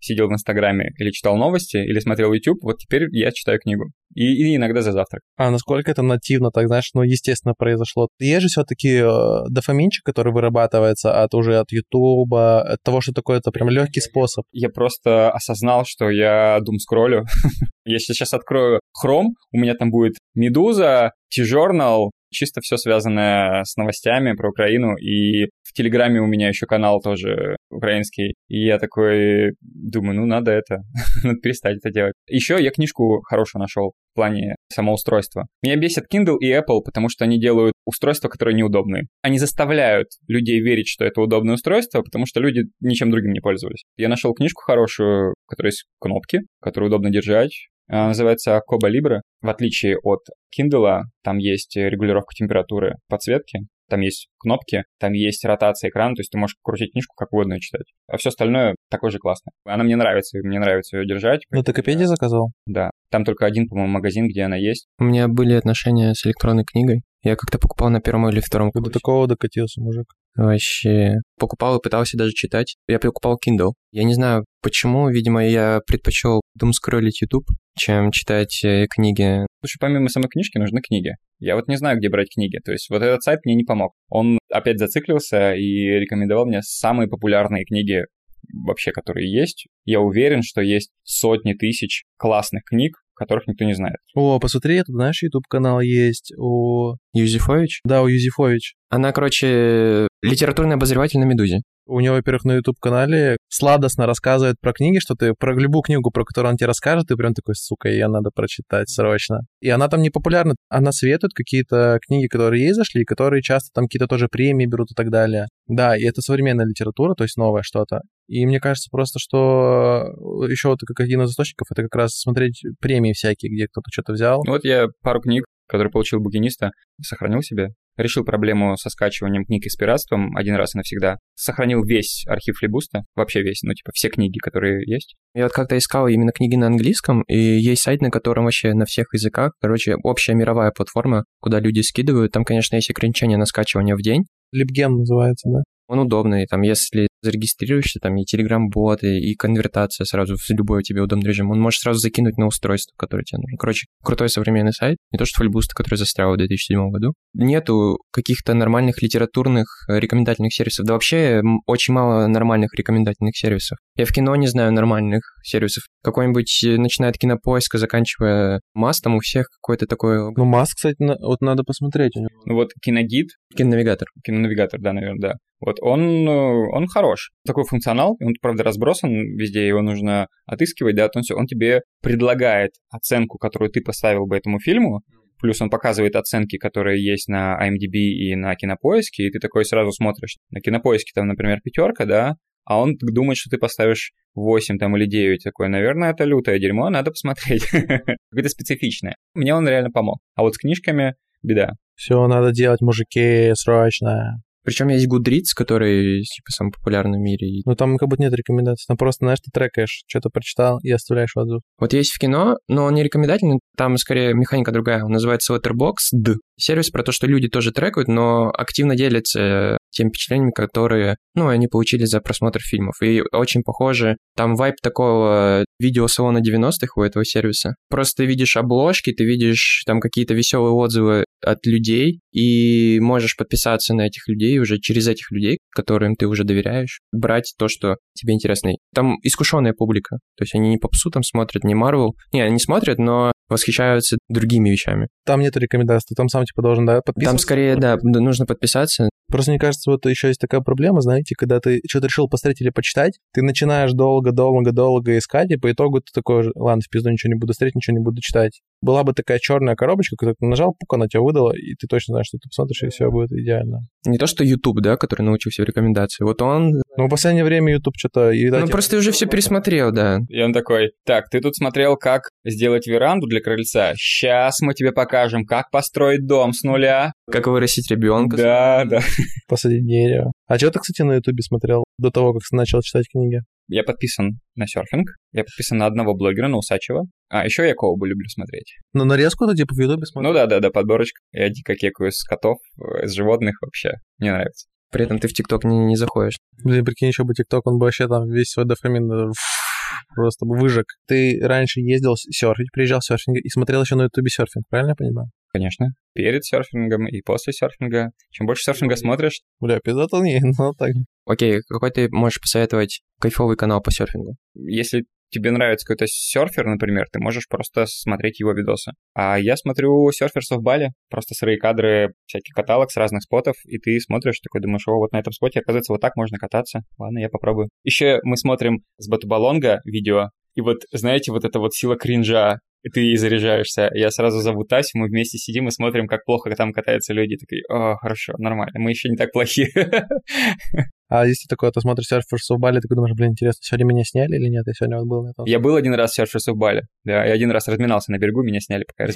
сидел в Инстаграме или читал новости, или смотрел YouTube, вот теперь я читаю книгу. И иногда за завтрак. А насколько это нативно, так знаешь, естественно произошло? Есть же все-таки дофаминчик, который вырабатывается от Ютуба, от того, что такое это прям легкий способ. Я просто осознал, что я думскроллю. Если сейчас открою Chrome, у меня там будет Медуза, T-Journal, чисто все связанное с новостями про Украину, и в Телеграме у меня еще канал тоже украинский, и я такой думаю, надо надо перестать это делать. Еще я книжку хорошую нашел в плане самоустройства. Меня бесит Kindle и Apple, потому что они делают устройства, которые неудобные. Они заставляют людей верить, что это удобное устройство, потому что люди ничем другим не пользовались. Я нашел книжку хорошую, в которой есть кнопки, которые удобно держать. Она называется Kobo Libre. В отличие от Kindle, там есть регулировка температуры подсветки, там есть кнопки, там есть ротация экрана, то есть ты можешь крутить книжку как угодно и читать. А все остальное такое же классно. Она мне нравится ее держать. Ну, ты Копедия заказал? Да. Там только один, по-моему, магазин, где она есть. У меня были отношения с электронной книгой. Я как-то покупал на первом или втором курсе. До такого докатился, мужик. Вообще. Покупал и пытался даже читать. Я покупал Kindle. Я не знаю, почему. Видимо, я предпочел думскроллить YouTube, чем читать книги. Слушай, помимо самой книжки нужны книги. Я вот не знаю, где брать книги. То есть вот этот сайт мне не помог. Он опять зациклился и рекомендовал мне самые популярные книги вообще, которые есть. Я уверен, что есть сотни тысяч классных книг, которых никто не знает. О, посмотри, тут, знаешь, YouTube-канал есть у... Юзефович? Да, у Юзефович. Она, короче, литературный обозреватель на «Медузе». У него, во-первых, на YouTube-канале сладостно рассказывает про книги, что ты про любую книгу, про которую он тебе расскажет, ты прям такой, сука, ее надо прочитать срочно. И она там не популярна. Она советует какие-то книги, которые ей зашли, и которые часто там какие-то тоже премии берут и так далее. Да, и это современная литература, то есть новое что-то. И мне кажется просто, что еще вот как один из источников, это как раз смотреть премии всякие, где кто-то что-то взял. Вот я пару книг, которые получил букиниста, сохранил себе. Решил проблему со скачиванием книг и с пиратством один раз и навсегда. Сохранил весь архив Флибуста, вообще весь, все книги, которые есть. Я вот как-то искал именно книги на английском, и есть сайт, на котором вообще на всех языках, короче, общая мировая платформа, куда люди скидывают. Там, конечно, есть ограничения на скачивание в день. Либген называется, да? Он удобный, там, если зарегистрируешься, там и Telegram-боты, и конвертация сразу в любой тебе удобный режим. Он может сразу закинуть на устройство, которое тебе нужно. Короче, крутой современный сайт. Не то, что Флибуст, который застрял в 2007 году. Нету каких-то нормальных литературных рекомендательных сервисов. Да вообще очень мало нормальных рекомендательных сервисов. Я в кино не знаю нормальных сервисов. Какой-нибудь, начиная от Кинопоиска, заканчивая Мастом, у всех какой-то такой... Ну, Маст, кстати, вот надо посмотреть у него. Ну вот Киногид. Кинонавигатор. Кинонавигатор, да, наверное, да. Вот он хорош. Такой функционал, он, правда, разбросан везде, его нужно отыскивать, да, он тебе предлагает оценку, которую ты поставил бы этому фильму, плюс он показывает оценки, которые есть на IMDb и на Кинопоиске, и ты такой сразу смотришь. На Кинопоиске там, например, 5, да, а он думает, что ты поставишь 8 там или 9, такой, наверное, это лютое дерьмо, надо посмотреть. Какое-то специфичное. Мне он реально помог. А вот с книжками беда. Все надо делать, мужики, срочно. Причем есть Goodreads, который, типа, самый популярный в мире. Ну, там как будто нет рекомендаций. Там просто, знаешь, ты трекаешь, что-то прочитал и оставляешь отзыв. Вот есть в кино, но он не рекомендательный, там скорее механика другая. Он называется Letterboxd. Сервис про то, что люди тоже трекают, но активно делятся теми впечатлениями, которые, они получили за просмотр фильмов. И очень похоже, там вайб такого видеосалона 90-х у этого сервиса. Просто ты видишь обложки, ты видишь там какие-то веселые отзывы от людей, и можешь подписаться на этих людей уже через этих людей, которым ты уже доверяешь, брать то, что тебе интересно. Там искушенная публика, то есть они не попсу там смотрят, не Marvel. Не, они смотрят, но восхищаются другими вещами. Там нет рекомендаций, ты там сам типа должен, да, подписываться? Там скорее, да, нужно подписаться. Просто мне кажется, вот еще есть такая проблема, знаете, когда ты что-то решил посмотреть или почитать, ты начинаешь долго искать, и по итогу ты такой, ладно, в пизду, ничего не буду смотреть, ничего не буду читать. Была бы такая черная коробочка, которую ты нажал, пук, она тебя выдала, и ты точно знаешь, что ты посмотришь, и все будет идеально. Не то, что YouTube, да, который научился в рекомендации. Вот он... Ну, в последнее время YouTube что-то... просто ты уже все пересмотрел, да. И он такой, так, ты тут смотрел, как сделать веранду для крыльца? Сейчас мы тебе покажем, как построить дом с нуля. Как вырастить ребенка. Да. Посадить дерево. А что ты, кстати, на YouTube смотрел до того, как начал читать книги? Я подписан на серфинг, я подписан на одного блогера, на Усачева. А еще я Коубу люблю смотреть. Ну, нарезку ты типа в Ютубе смотришь? Ну да, подборочка. Я дико кекаю с котов, с животных вообще. Мне нравится. При этом ты в ТикТок не заходишь. Блин, прикинь, еще бы ТикТок, он бы вообще там весь свой дофамин... просто выжег. Ты раньше ездил серфить, приезжал с серфинга и смотрел еще на ютубе серфинг, правильно я понимаю? Конечно. Перед серфингом и после серфинга. Чем больше серфинга смотришь... Бля, пиздато не, но так. Окей, какой ты можешь посоветовать кайфовый канал по серфингу? Если тебе нравится какой-то серфер, например, ты можешь просто смотреть его видосы. А я смотрю серферсов в Бали, просто сырые кадры, всякий каталог с разных спотов, и ты смотришь, такой думаешь, о, вот на этом споте, оказывается, вот так можно кататься. Ладно, я попробую. Еще мы смотрим с Батубалонга видео, и вот, знаете, вот эта вот сила кринжа, и ты заряжаешься. Я сразу зову Тасю, мы вместе сидим и смотрим, как плохо там катаются люди. Такие, о, хорошо, нормально, мы еще не так плохие. А если такое, ты смотришь серферсов в Бали, ты думаешь, блин, интересно, сегодня меня сняли или нет? Я сегодня вот был на этом. Я был один раз в серферсов в Бали, да, я один раз разминался на берегу, меня сняли, пока я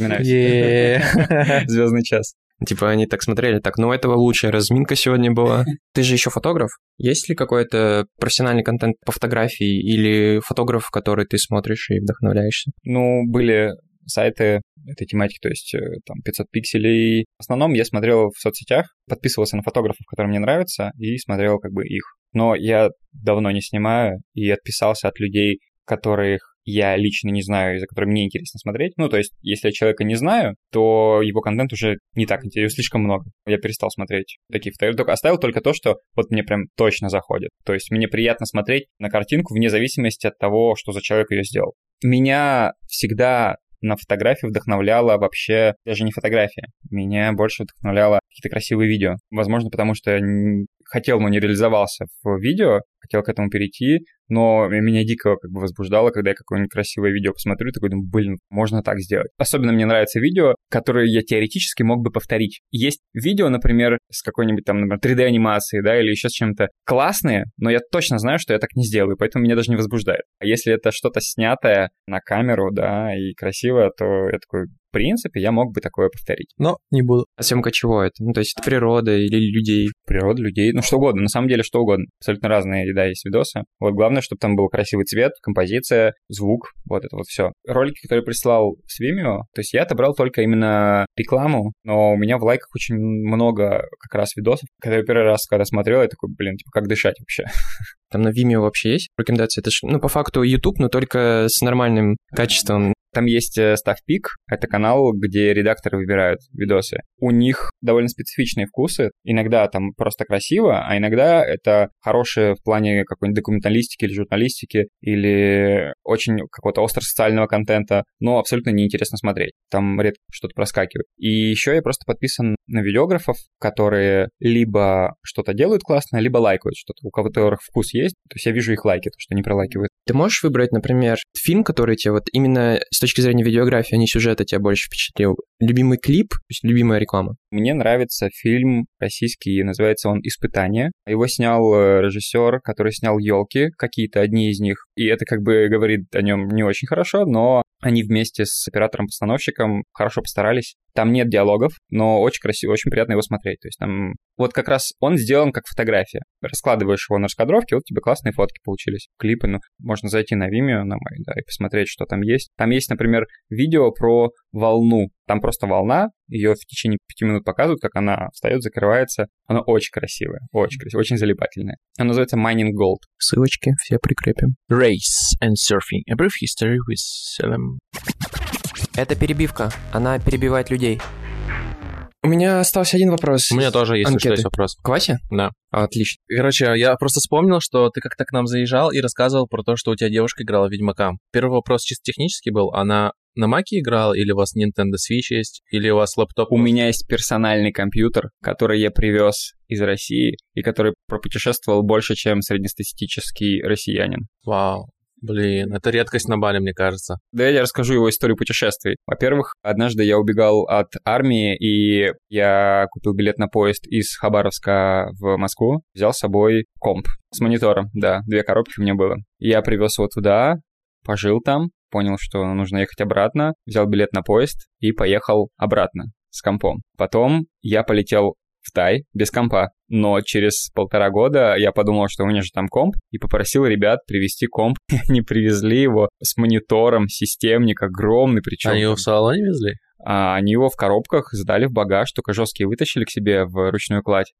разминаюсь. Звездный час. Типа они так смотрели, так, ну этого лучшая разминка сегодня была. Ты же еще фотограф. Есть ли какой-то профессиональный контент по фотографии или фотограф, в который ты смотришь и вдохновляешься? Ну, были сайты этой тематики, то есть там 500 пикселей. В основном я смотрел в соцсетях, подписывался на фотографов, которые мне нравятся, и смотрел как бы их. Но я давно не снимаю и отписался от людей, которых я лично не знаю, и за которыми мне интересно смотреть. Ну, то есть, если я человека не знаю, то его контент уже не так интересен, слишком много. Я перестал смотреть такие фотографии. Оставил только то, что вот мне прям точно заходит. То есть, мне приятно смотреть на картинку вне зависимости от того, что за человек ее сделал. Меня всегда на фотографии вдохновляла вообще даже не фотография. Меня больше вдохновляло какие-то красивые видео. Возможно, потому что я хотел, но не реализовался в видео, хотел к этому перейти, но меня дико как бы возбуждало, когда я какое-нибудь красивое видео посмотрю, такой думаю, блин, можно так сделать. Особенно мне нравятся видео, которые я теоретически мог бы повторить. Есть видео, например, с какой-нибудь там, например, 3D-анимацией, да, или еще с чем-то классные, но я точно знаю, что я так не сделаю, поэтому меня даже не возбуждает. А если это что-то снятое на камеру, да, и красиво, то я такой, в принципе, я мог бы такое повторить. Но не буду. А съемка чего это? Ну, то есть это природа или людей? Природа, людей, ну что угодно, на самом деле что угодно. Абсолютно разные, да, есть видосы. Вот главное, чтобы там был красивый цвет, композиция, звук, вот это вот все. Ролики, которые прислал с Vimeo, то есть я отобрал только именно рекламу, но у меня в лайках очень много как раз видосов. Когда я первый раз смотрел, я такой, блин, типа, как дышать вообще? Там на Vimeo вообще есть рекомендации? Это ж, ну, по факту YouTube, но только с нормальным качеством. Там есть StuffPeak, это канал, где редакторы выбирают видосы. У них довольно специфичные вкусы. Иногда там просто красиво, а иногда это хорошее в плане какой-нибудь документалистики или журналистики, или очень какого-то остро-социального контента, но абсолютно неинтересно смотреть. Там редко что-то проскакивает. И еще я просто подписан на видеографов, которые либо что-то делают классно, либо лайкают что-то, у которых вкус есть. То есть я вижу их лайки, то, что они пролайкивают. Ты можешь выбрать, например, фильм, который тебе вот именно с точки зрения видеографии, а не сюжета тебя больше впечатлил? Любимый клип, то есть любимая реклама? Мне нравится фильм российский, называется он «Испытание». Его снял режиссер, который снял «Елки», какие-то одни из них. И это как бы говорит о нем не очень хорошо, но они вместе с оператором-постановщиком хорошо постарались. Там нет диалогов, но очень красиво, очень приятно его смотреть. То есть там вот как раз он сделан как фотография. Раскладываешь его на раскадровке, вот тебе классные фотки получились. Клипы, ну, можно зайти на Vimeo, на мой, да, и посмотреть, что там есть. Там есть, например, видео про волну. Там просто волна, ее в течение 5 минут показывают, как она встает, закрывается. Она очень красивая, очень залипательная. Она называется Mining Gold. Ссылочки все прикрепим. Race and Surfing. A Brief History with Salem. Это перебивка. Она перебивает людей. У меня остался один вопрос. У меня тоже есть анкеты. что есть вопрос. К Васе? Да. Отлично. Короче, я просто вспомнил, что ты как-то к нам заезжал и рассказывал про то, что у тебя девушка играла в Ведьмака. Первый вопрос чисто технический был. Она на Маке играла, или у вас Nintendo Switch есть, или у вас лэптоп? У меня есть персональный компьютер, который я привез из России и который пропутешествовал больше, чем среднестатистический россиянин. Вау. Блин, это редкость на Бали, мне кажется. Да, я расскажу его историю путешествий. Во-первых, однажды я убегал от армии, и я купил билет на поезд из Хабаровска в Москву, взял с собой комп с монитором, да, 2 коробки у меня было. Я привез его туда, пожил там, понял, что нужно ехать обратно, взял билет на поезд и поехал обратно с компом. Потом я полетел в Тай без компа, но через 1,5 года я подумал, что у меня же там комп, и попросил ребят привезти комп. Они привезли его с монитором, системник огромный, причем. Они его в салоне везли? они его в коробках сдали в багаж, только жесткие вытащили к себе в ручную кладь.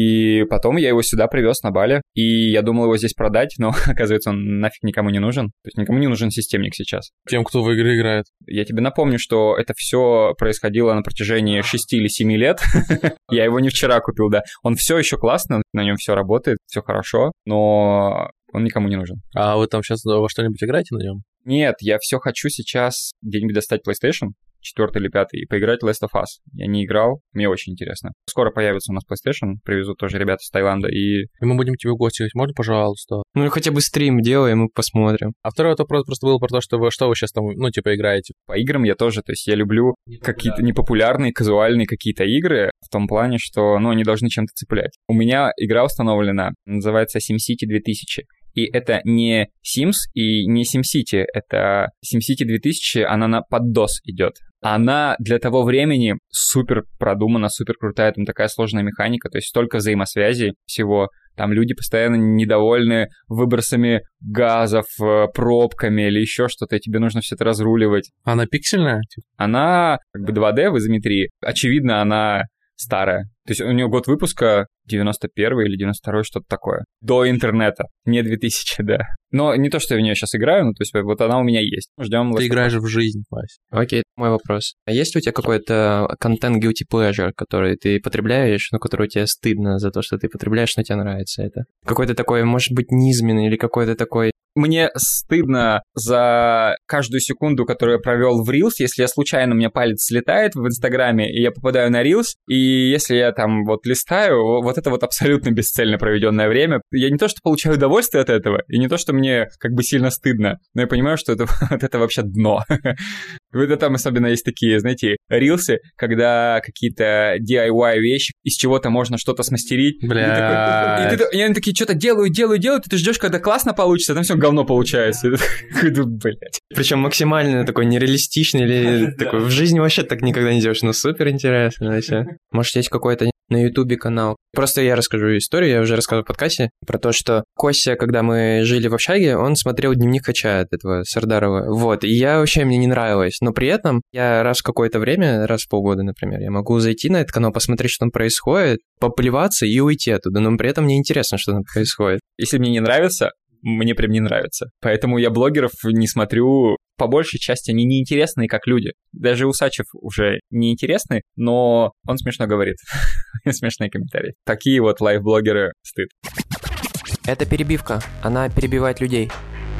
И потом я его сюда привез на Бали, и я думал его здесь продать, но, оказывается, он нафиг никому не нужен. То есть никому не нужен системник сейчас. Тем, кто в игры играет. Я тебе напомню, что это все происходило на протяжении 6 или 7 лет. Я его не вчера купил, да. Он все еще классно, на нем все работает, все хорошо, но он никому не нужен. А вы там сейчас во что-нибудь играете на нем? Нет, я все хочу сейчас где-нибудь достать PlayStation 4 или 5 и поиграть в Last of Us. Я не играл, мне очень интересно. Скоро появится у нас PlayStation, привезут тоже ребята из Таиланда, и мы будем тебе в гости ходить, можно, пожалуйста? Ну, хотя бы стрим делаем и посмотрим. А второй вопрос просто был про то, что вы сейчас там, играете. По играм я тоже, то есть я люблю какие-то непопулярные, казуальные какие-то игры, в том плане, что, они должны чем-то цеплять. У меня игра установлена, называется SimCity 2000. И это не Sims и не SimCity, это SimCity 2000, она под DOS идет. Она для того времени супер продумана, супер крутая, там такая сложная механика, то есть столько взаимосвязей всего. Там люди постоянно недовольны выбросами газов, пробками или еще что-то, и тебе нужно все это разруливать. Она пиксельная? Она 2D в изометрии. Очевидно, она старая. То есть у нее год выпуска 91 или 92, что-то такое. До интернета. Не 2000, да. Но не то, что я в нее сейчас играю, то есть вот она у меня есть. Ждем. Ты играешь в жизнь, Вась. Окей, мой вопрос. А есть у тебя какой-то контент guilty pleasure, который ты потребляешь, но который тебе стыдно за то, что ты потребляешь, но тебе нравится это? Какой-то такой, может быть, низменный или какой-то такой... Мне стыдно за каждую секунду, которую я провел в Reels, если я случайно, у меня палец слетает в Инстаграме, и я попадаю на Reels, и если я там листаю, вот это абсолютно бесцельно проведенное время. Я не то, что получаю удовольствие от этого, и не то, что мне сильно стыдно, но я понимаю, что это вообще дно. Вот там особенно есть такие, знаете, рилсы, когда какие-то DIY вещи, из чего-то можно что-то смастерить. Бля. И они такие что-то делают, и ты ждешь, когда классно получится, а там все говно получается. Блять. Причем максимально такой нереалистичный или такой в жизни вообще так никогда не делаешь, но супер интересно вообще. Может, есть какой-то на Ютубе канал. Просто я расскажу историю, я уже рассказывал в подкасте про то, что Костя, когда мы жили в общаге, он смотрел «Дневник Хача» от этого Сардарова. Вот, и мне не нравилось. Но при этом я раз в какое-то время, раз в полгода, например, я могу зайти на этот канал, посмотреть, что там происходит, поплеваться и уйти оттуда. Но при этом мне интересно, что там происходит. Если мне не нравится, мне прям не нравится. Поэтому я блогеров не смотрю. По большей части они неинтересные, как люди. Даже Усачев уже неинтересный, но он смешно говорит. Смешные комментарии. Такие лайв-блогеры стыд. Это перебивка. Она перебивает людей.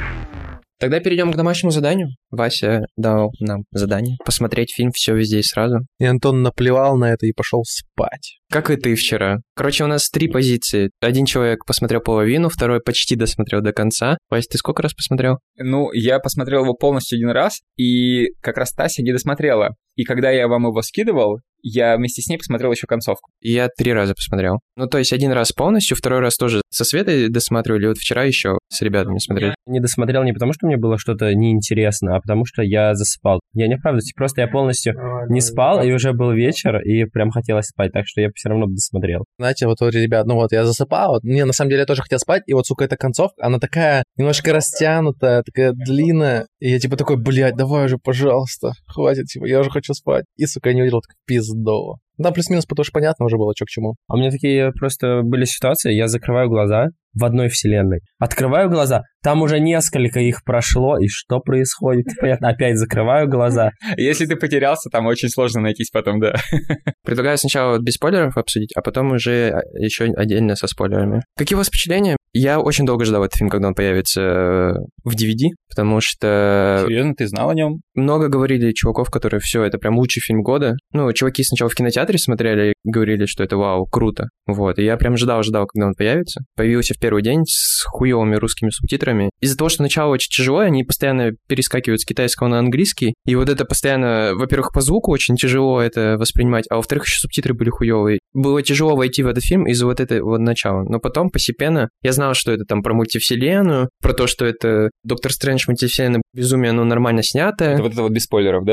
Тогда перейдем к домашнему заданию. Вася дал нам задание посмотреть фильм «Все везде и сразу». И Антон наплевал на это и пошел спать. Как и ты вчера. Короче, у нас 3 позиции. Один человек посмотрел половину, второй почти досмотрел до конца. Вася, ты сколько раз посмотрел? Я посмотрел его полностью 1 раз, и как раз Тася не досмотрела. И когда я вам его скидывал, я вместе с ней посмотрел еще концовку. Я 3 раза посмотрел. То есть 1 раз полностью, 2 раз тоже со Светой досматривали, вчера еще с ребятами смотрели. Я не досмотрел не потому, что мне было что-то неинтересно, а потому что я засыпал. Я не правда, просто я полностью не спал, и уже был вечер, и прям хотелось спать, так что я все равно досмотрел. Знаете, ребят, я засыпал, мне на самом деле я тоже хотел спать, и сука, эта концовка, она такая немножко растянутая, такая длинная, и я такой, блядь, давай уже, пожалуйста, хватит, я уже хочу спать. И, сука, я не увидел, так пиздово. Да, плюс-минус, потому что понятно уже было, что к чему. А у меня такие просто были ситуации, я закрываю глаза в одной вселенной. Открываю глаза, там уже несколько их прошло, и что происходит? Понятно, опять закрываю глаза. Если ты потерялся, там очень сложно найтись потом, да. Предлагаю сначала без спойлеров обсудить, а потом уже еще отдельно со спойлерами. Какие у вас впечатления? Я очень долго ждал этот фильм, когда он появится в DVD, потому что... Серьезно, ты знал о нем? Много говорили чуваков, которые все, это прям лучший фильм года. Чуваки сначала в кинотеатре смотрели и говорили, что это вау, круто. И я прям ждал, когда он появится. Появился в первый день с хуевыми русскими субтитрами. Из-за того, что начало очень тяжелое, они постоянно перескакивают с китайского на английский. И это постоянно, во-первых, по звуку очень тяжело это воспринимать, а во-вторых, еще субтитры были хуевые. Было тяжело войти в этот фильм из-за этого начала. Но потом постепенно я знал, что это там про мультивселенную, про то, что это Доктор Стрэндж, мультивселенная, безумие, нормально снятое. Это без спойлеров, да?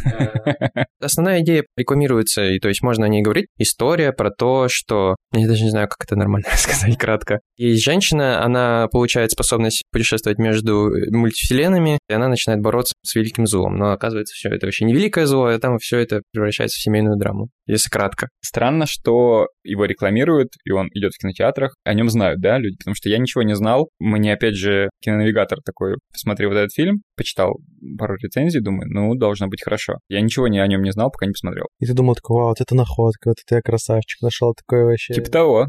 Основная идея рекламируется, и то есть можно о ней говорить. История про то, что... Я даже не знаю, как это нормально сказать кратко. Есть женщина, она получает способность путешествовать между мультивселенными, и она начинает бороться с великим злом. Но оказывается, все это вообще не великое зло, а там все это превращается в семейную драму, если кратко. Странно, что его рекламируют, и он идет в кинотеатрах. О нем знают, да, люди? Потому что я ничего не знал. Мне, опять же, кинонавигатор такой посмотрел вот этот фильм, почитал пару рецензий, думаю, ну, должно быть хорошо. Я ничего о нем не знал, пока не посмотрел. И ты думал, такой, вау, вот это находка, вот это я красавчик, нашел такое вообще. Типа того.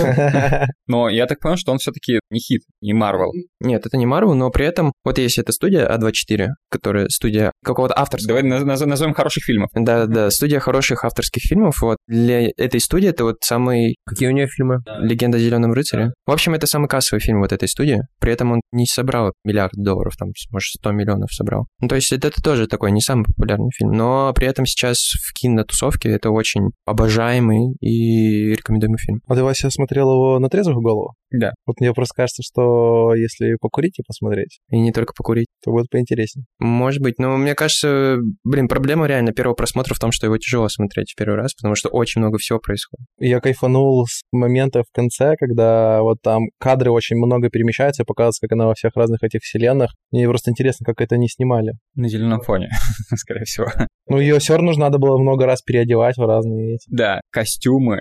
Но я так понял, что он все-таки не хит, не Marvel. Нет, это не Marvel, но при этом вот есть эта студия А24, которая студия какого-то авторского. Давай назовем хороших фильмов. Да, студия хороших авторских фильмов. Вот для этой студии это вот самый... Какие у нее фильмы? «Легенда о Зеленом рыцаре». В общем, это самый кассовый фильм вот этой студии. При этом он не собрал $1 миллиард, там, может, 100 миллионов собрал. Ну, то есть это тоже такой не самый популярный фильм. Но при этом сейчас в кинотусовке это очень обожаемый и рекомендуемый фильм. А ты, Вася, смотрел его на трезвую голову? Да. Вот мне просто кажется, что если покурить и посмотреть, И не только покурить. то будет поинтереснее. Может быть, но мне кажется, проблема реально первого просмотра в том, что его тяжело смотреть в первый раз, потому что очень много всего происходит. Я кайфанул с момента в конце, когда вот там кадры очень много перемещаются, и показывается, как она во всех разных этих вселенных. Мне просто интересно, как это они снимали. На зеленом фоне, скорее всего. Ну, ее все равно надо было много раз переодевать в разные эти. Да, костюмы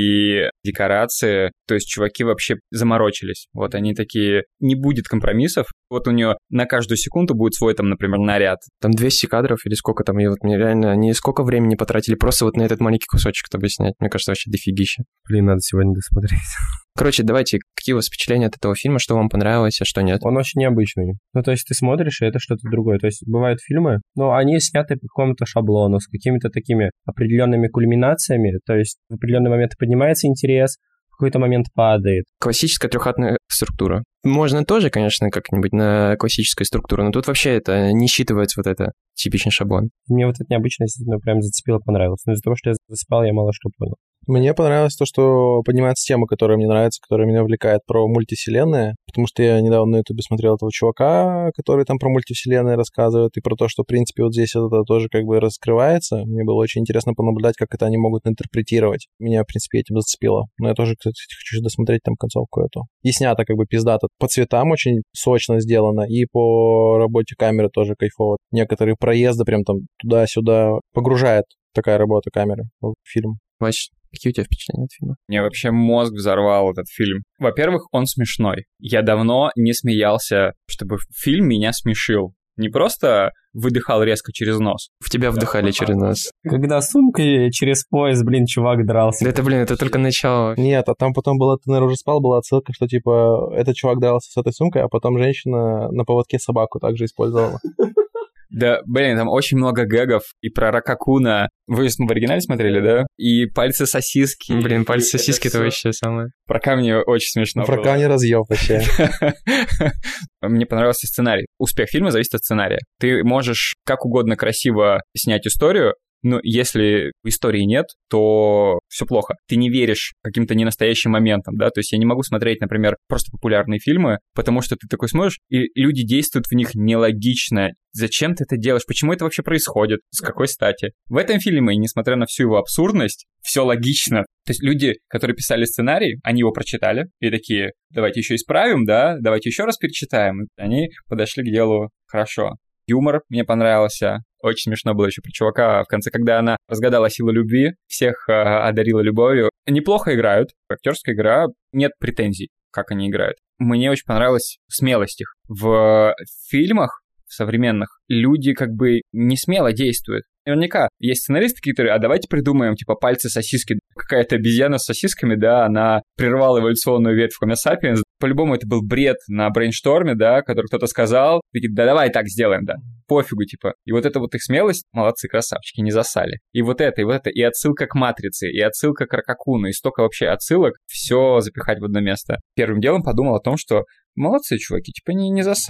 и декорации, то есть чуваки вообще заморочились. Вот они такие, не будет компромиссов. Вот у нее на каждую секунду будет свой там, например, наряд. Там 200 кадров или сколько там, и вот мне реально, они сколько времени потратили просто вот на этот маленький кусочек, чтобы снять. Мне кажется, вообще дофигища. Блин, надо сегодня досмотреть. Короче, давайте, какие у вас впечатления от этого фильма, что вам понравилось, а что нет? Он очень необычный. Ну, то есть ты смотришь, и это что-то другое. То есть бывают фильмы, но они сняты по какому-то шаблону, с какими-то такими определенными кульминациями. То есть в определенный момент поднимается интерес, в какой-то момент падает. Классическая трехактная структура. Можно тоже, конечно, как-нибудь на классической структуре, но тут вообще это не считывается вот это типичный шаблон. Мне вот эта необычность прям зацепила, понравилась. Но из-за того, что я засыпал, я мало что понял. Мне понравилось то, что поднимается тема, которая мне нравится, которая меня увлекает, про мультивселенные, потому что я недавно на ютубе смотрел этого чувака, который там про мультивселенные рассказывает, и про то, что, в принципе, вот здесь это тоже как бы раскрывается. Мне было очень интересно понаблюдать, как это они могут интерпретировать. Меня, в принципе, этим зацепило. Но я тоже, кстати, хочу досмотреть там концовку эту. И снято как бы пиздато. По цветам очень сочно сделано, и по работе камеры тоже кайфово. Некоторые проезды прям там туда-сюда погружает такая работа камеры в фильм. Вась, какие у тебя впечатления от фильма? Мне вообще мозг взорвал этот фильм. Во-первых, он смешной. Я давно не смеялся, чтобы фильм меня смешил. Не просто выдыхал резко через нос. В тебя вдыхали через нос. Когда сумкой через пояс, чувак дрался. Да это, это только начало. Нет, а там потом была, ты, наверное, уже спал, была отсылка, что, типа, этот чувак дрался с этой сумкой, а потом женщина на поводке собаку также использовала. Да, там очень много гэгов. И про Ракакуна. Вы в оригинале смотрели, да? И пальцы сосиски. Пальцы сосиски это вообще самое. Про камни очень смешно Про камни разъеб вообще. Мне понравился сценарий. Успех фильма зависит от сценария. Ты можешь как угодно красиво снять историю, но если истории нет, то все плохо. Ты не веришь каким-то ненастоящим моментам, да? То есть я не могу смотреть, например, просто популярные фильмы, потому что ты такой смотришь, и люди действуют в них нелогично. Зачем ты это делаешь? Почему это вообще происходит? С какой стати? В этом фильме, несмотря на всю его абсурдность, все логично. То есть люди, которые писали сценарий, они его прочитали и такие, давайте еще исправим, да? Давайте еще раз перечитаем. И они подошли к делу хорошо. Юмор мне понравился. Очень смешно было еще про чувака в конце, когда она разгадала силу любви, всех одарила любовью. Неплохо играют. Актерская игра, нет претензий, как они играют. Мне очень понравилась смелость их. В фильмах современных люди как бы не смело действуют. Наверняка есть сценаристы, которые, давайте придумаем, типа, пальцы-сосиски. Какая-то обезьяна с сосисками, да, она прервала эволюционную ветвь Homo sapiens. По-любому это был бред на брейншторме, да, который кто-то сказал. Такие, да давай так сделаем, да. Пофигу, типа. И вот эта вот их смелость, молодцы, красавчики, не засали. И вот это, и отсылка к Матрице, и отсылка к Ракакуну, и столько вообще отсылок, все запихать в одно место. Первым делом подумал о том, что молодцы, чуваки, типа не засали.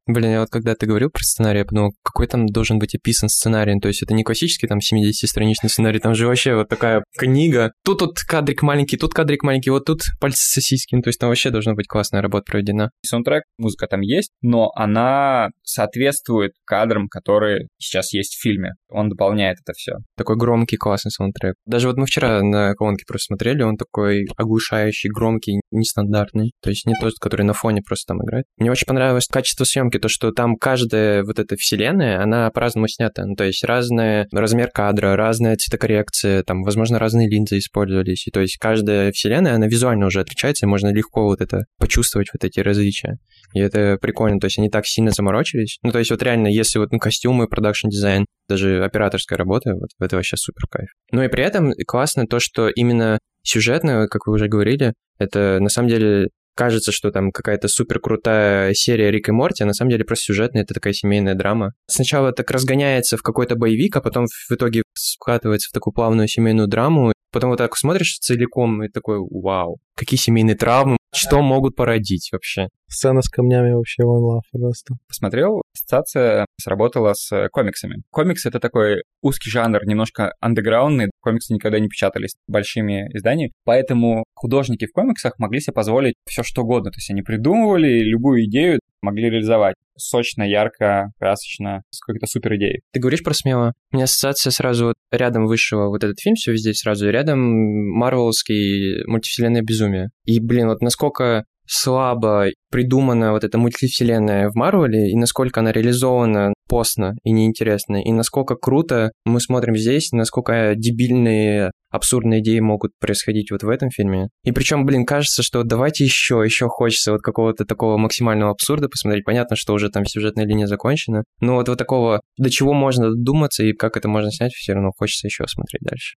Блин, я вот когда ты говорил про сценарий, я подумал, какой там должен быть описан сценарий. То есть это не классический там 70-страничный сценарий, там же вообще вот такая книга. Тут вот кадрик маленький, вот тут пальцы сосиски. То есть там вообще должна быть классная работа проведена. Саундтрек, музыка там есть, но она соответствует кадрам, которые сейчас есть в фильме. Он дополняет это все. Такой громкий, классный саундтрек. Даже вот мы вчера на колонке просто смотрели, он такой оглушающий, громкий, нестандартный. То есть не тот, который на фоне просто там играет. Мне очень понравилось качество съемки, то, что там каждая вот эта вселенная, она по-разному снята. То есть разный размер кадра, разная цветокоррекция, там, возможно, разные линзы использовались. И то есть каждая вселенная, она визуально уже отличается, и можно легко вот это почувствовать, вот эти различия. И это прикольно, то есть они так сильно заморочились. То есть вот реально, если вот костюмы, продакшн-дизайн, даже операторская работа, вот это вообще супер кайф. И при этом классно то, что именно сюжетно, как вы уже говорили, это на самом деле кажется, что там какая-то супер крутая серия Рик и Морти, а на самом деле просто сюжетная, это такая семейная драма. Сначала так разгоняется в какой-то боевик, а потом в итоге скатывается в такую плавную семейную драму. Потом вот так смотришь целиком и такой, вау, какие семейные травмы, что могут породить вообще. Сцена с камнями вообще one love просто. Посмотрел, ассоциация сработала с комиксами. Комикс — это такой узкий жанр, немножко андеграундный. Комиксы никогда не печатались большими изданиями, поэтому художники в комиксах могли себе позволить все что угодно. То есть они придумывали любую идею, могли реализовать сочно, ярко, красочно, с какой-то супер идеей. Ты говоришь про Смело? У меня ассоциация сразу вот рядом вышел вот этот фильм, все везде сразу, рядом марвеловский мультивселенная безумие. И, блин, вот насколько слабо придумана вот эта мультивселенная в Марвеле, и насколько она реализована постно и неинтересно, и насколько круто мы смотрим здесь, насколько дебильные, абсурдные идеи могут происходить вот в этом фильме. И причем, блин, кажется, что давайте еще хочется вот какого-то такого максимального абсурда посмотреть. Понятно, что уже там сюжетная линия закончена, но вот такого, до чего можно додуматься и как это можно снять, все равно хочется еще смотреть дальше.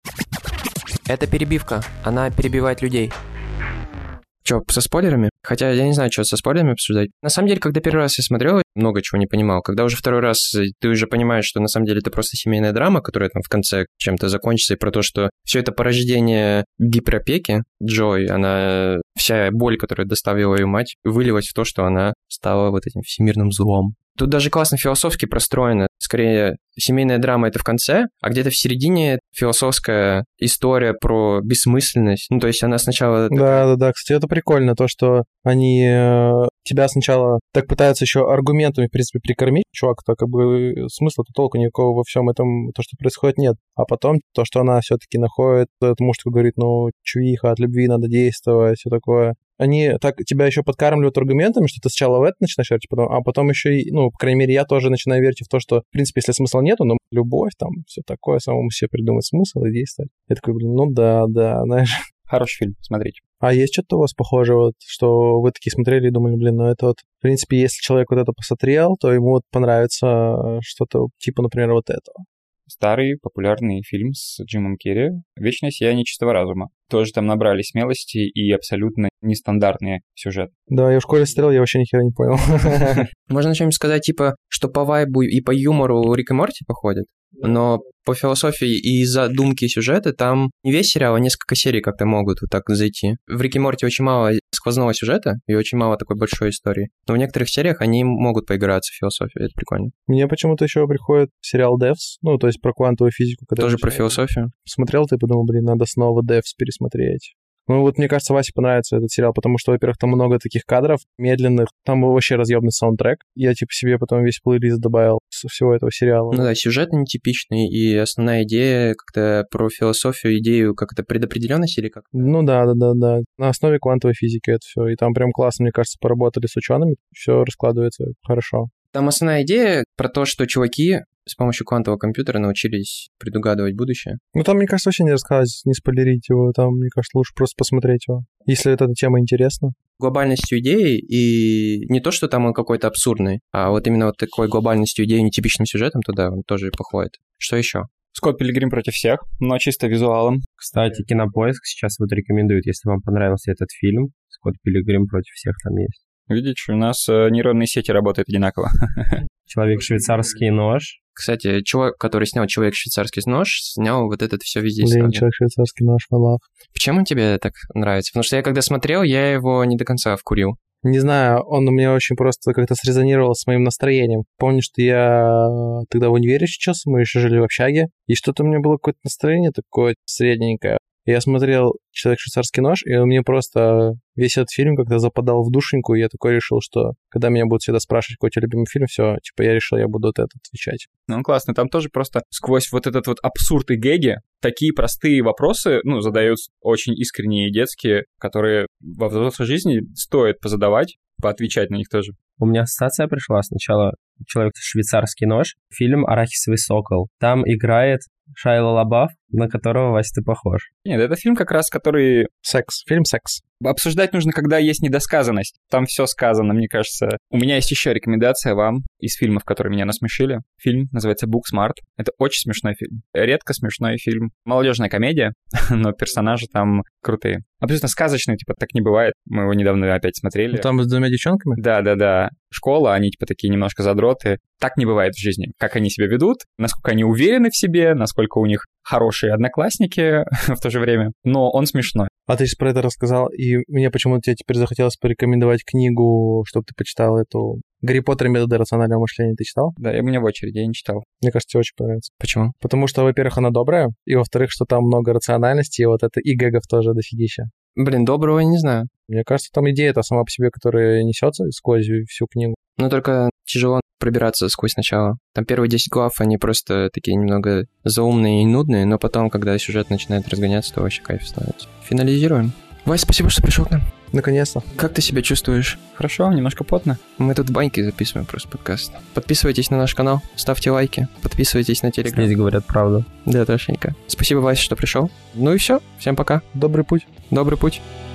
Это перебивка, она перебивает людей. Че, со спойлерами? Хотя я не знаю, что со спойлерами обсуждать. На самом деле, когда первый раз я смотрел, много чего не понимал. Когда уже второй раз ты уже понимаешь, что на самом деле это просто семейная драма, которая там в конце чем-то закончится, и про то, что все это порождение гиперопеки Джой, она вся боль, которую доставила ее мать, вылилась в то, что она стала вот этим всемирным злом. Тут даже классно философски простроено. Скорее, семейная драма — это в конце, а где-то в середине философская история про бессмысленность. То есть она сначала... Да. Кстати, это прикольно, то, что они тебя сначала так пытаются еще аргументами, в принципе, прикормить. Чувак-то как бы смысла-то толку никакого во всем этом, то, что происходит, нет. А потом то, что она все-таки находит, этот муж говорит, чувиха, от любви надо действовать, все такое. Они так тебя еще подкармливают аргументами, что ты сначала в это начинаешь верить, а потом еще и, по крайней мере, я тоже начинаю верить в то, что, в принципе, если смысла нету, но любовь, там, все такое, самому себе придумать смысл и действовать. Я такой, да, знаешь. Хороший фильм, смотрите. А есть что-то у вас похожее, что вы такие смотрели и думали, это вот, в принципе, если человек вот это посмотрел, то ему вот понравится что-то типа, например, вот этого. Старый популярный фильм с Джимом Керри «Вечное сияние чистого разума». Тоже там набрали смелости и абсолютно нестандартный сюжет. Да, я в школе смотрел, я вообще ни хера не понял. Можно что-нибудь сказать, типа, что по вайбу и по юмору Рик и Морти походят, но по философии и задумке сюжета там не весь сериал, а несколько серий как-то могут вот так зайти. В Рике и Морти очень мало сквозного сюжета и очень мало такой большой истории. Но в некоторых сериях они могут поиграться в философию, это прикольно. Мне почему-то еще приходит сериал Devs, то есть про квантовую физику. Тоже про философию? Смотрел ты и подумал, надо снова Devs пересмотреть. Мне кажется, Васе понравится этот сериал, потому что, во-первых, там много таких кадров медленных, там вообще разъемный саундтрек. Я, себе потом весь плейлист добавил со всего этого сериала. Да, сюжет нетипичный, и основная идея как-то про философию, идею как-то предопределенности или как? Да. На основе квантовой физики это все. И там прям классно, мне кажется, поработали с учеными, все раскладывается хорошо. Там основная идея про то, что чуваки с помощью квантового компьютера научились предугадывать будущее. Там, мне кажется, вообще не рассказывать, не спойлерить его. Там, мне кажется, лучше просто посмотреть его, если эта тема интересна. Глобальностью идеи, и не то, что там он какой-то абсурдный, а вот именно вот такой глобальностью идеи, нетипичным сюжетом туда он тоже походит. Что еще? Скотт Пилигрим против всех, но чисто визуалом. Кстати, Кинопоиск сейчас рекомендует, если вам понравился этот фильм, Скотт Пилигрим против всех там есть. Видите, у нас нейронные сети работают одинаково. Человек-швейцарский нож. Кстати, чувак, который снял «Человек-швейцарский нож», снял вот это все везде. Человек-швейцарский нож, my love. Почему тебе так нравится? Потому что я когда смотрел, я его не до конца вкурил. Не знаю, он у меня очень просто как-то срезонировал с моим настроением. Помню, что я тогда в универе учился, мы еще жили в общаге, и что-то у меня было какое-то настроение такое средненькое. Я смотрел «Человек-швейцарский нож», и мне просто весь этот фильм как-то западал в душеньку, и я такой решил, что когда меня будут всегда спрашивать, какой у тебя любимый фильм, все, типа я решил, я буду вот это отвечать. Ну, классно. Там тоже просто сквозь вот этот вот абсурд и гэги такие простые вопросы, ну, задаются очень искренние и детские, которые во взрослой жизни стоит позадавать, поотвечать на них тоже. У меня ассоциация пришла сначала «Человек-швейцарский нож», фильм «Арахисовый сокол». Там играет Шайа Лабаф, на которого, Вася, ты похож. Нет, это фильм как раз, который... Фильм «Секс». Обсуждать нужно, когда есть недосказанность. Там все сказано, мне кажется. У меня есть еще рекомендация вам из фильмов, которые меня насмешили. Фильм называется «Booksmart». Это очень смешной фильм. Редко смешной фильм. Молодежная комедия, но персонажи там крутые. Абсолютно сказочный, типа, так не бывает. Мы его недавно опять смотрели. Там с двумя девчонками? Да. Школа, они типа такие немножко задроты. Так не бывает в жизни. Как они себя ведут, насколько они уверены в себе, насколько у них хорошие одноклассники в то же время. Но он смешной. А ты сейчас про это рассказал, и мне почему-то тебе теперь захотелось порекомендовать книгу, чтобы ты почитал эту «Гарри Поттер и методы рационального мышления». Ты читал? Да, у меня в очереди, я не читал. Мне кажется, тебе очень понравится. Почему? Потому что, во-первых, она добрая, и, во-вторых, что там много рациональности, и вот это и гэгов тоже дофигища. Блин, доброго я не знаю. Мне кажется, там идея-то сама по себе, которая несется сквозь всю книгу. Но только тяжело пробираться сквозь начало. Там первые 10 глав, они просто такие немного заумные и нудные, но потом, когда сюжет начинает разгоняться, то вообще кайф становится. Финализируем. Вась, спасибо, что пришел к нам. Наконец-то. Как ты себя чувствуешь? Хорошо, немножко потно. Мы тут в баньке записываем просто подкаст. Подписывайтесь на наш канал, ставьте лайки, подписывайтесь на Телеграм. Здесь говорят правду. Да, точненько. Спасибо, Вася, что пришел. Ну и все. Всем пока. Добрый путь. Добрый путь.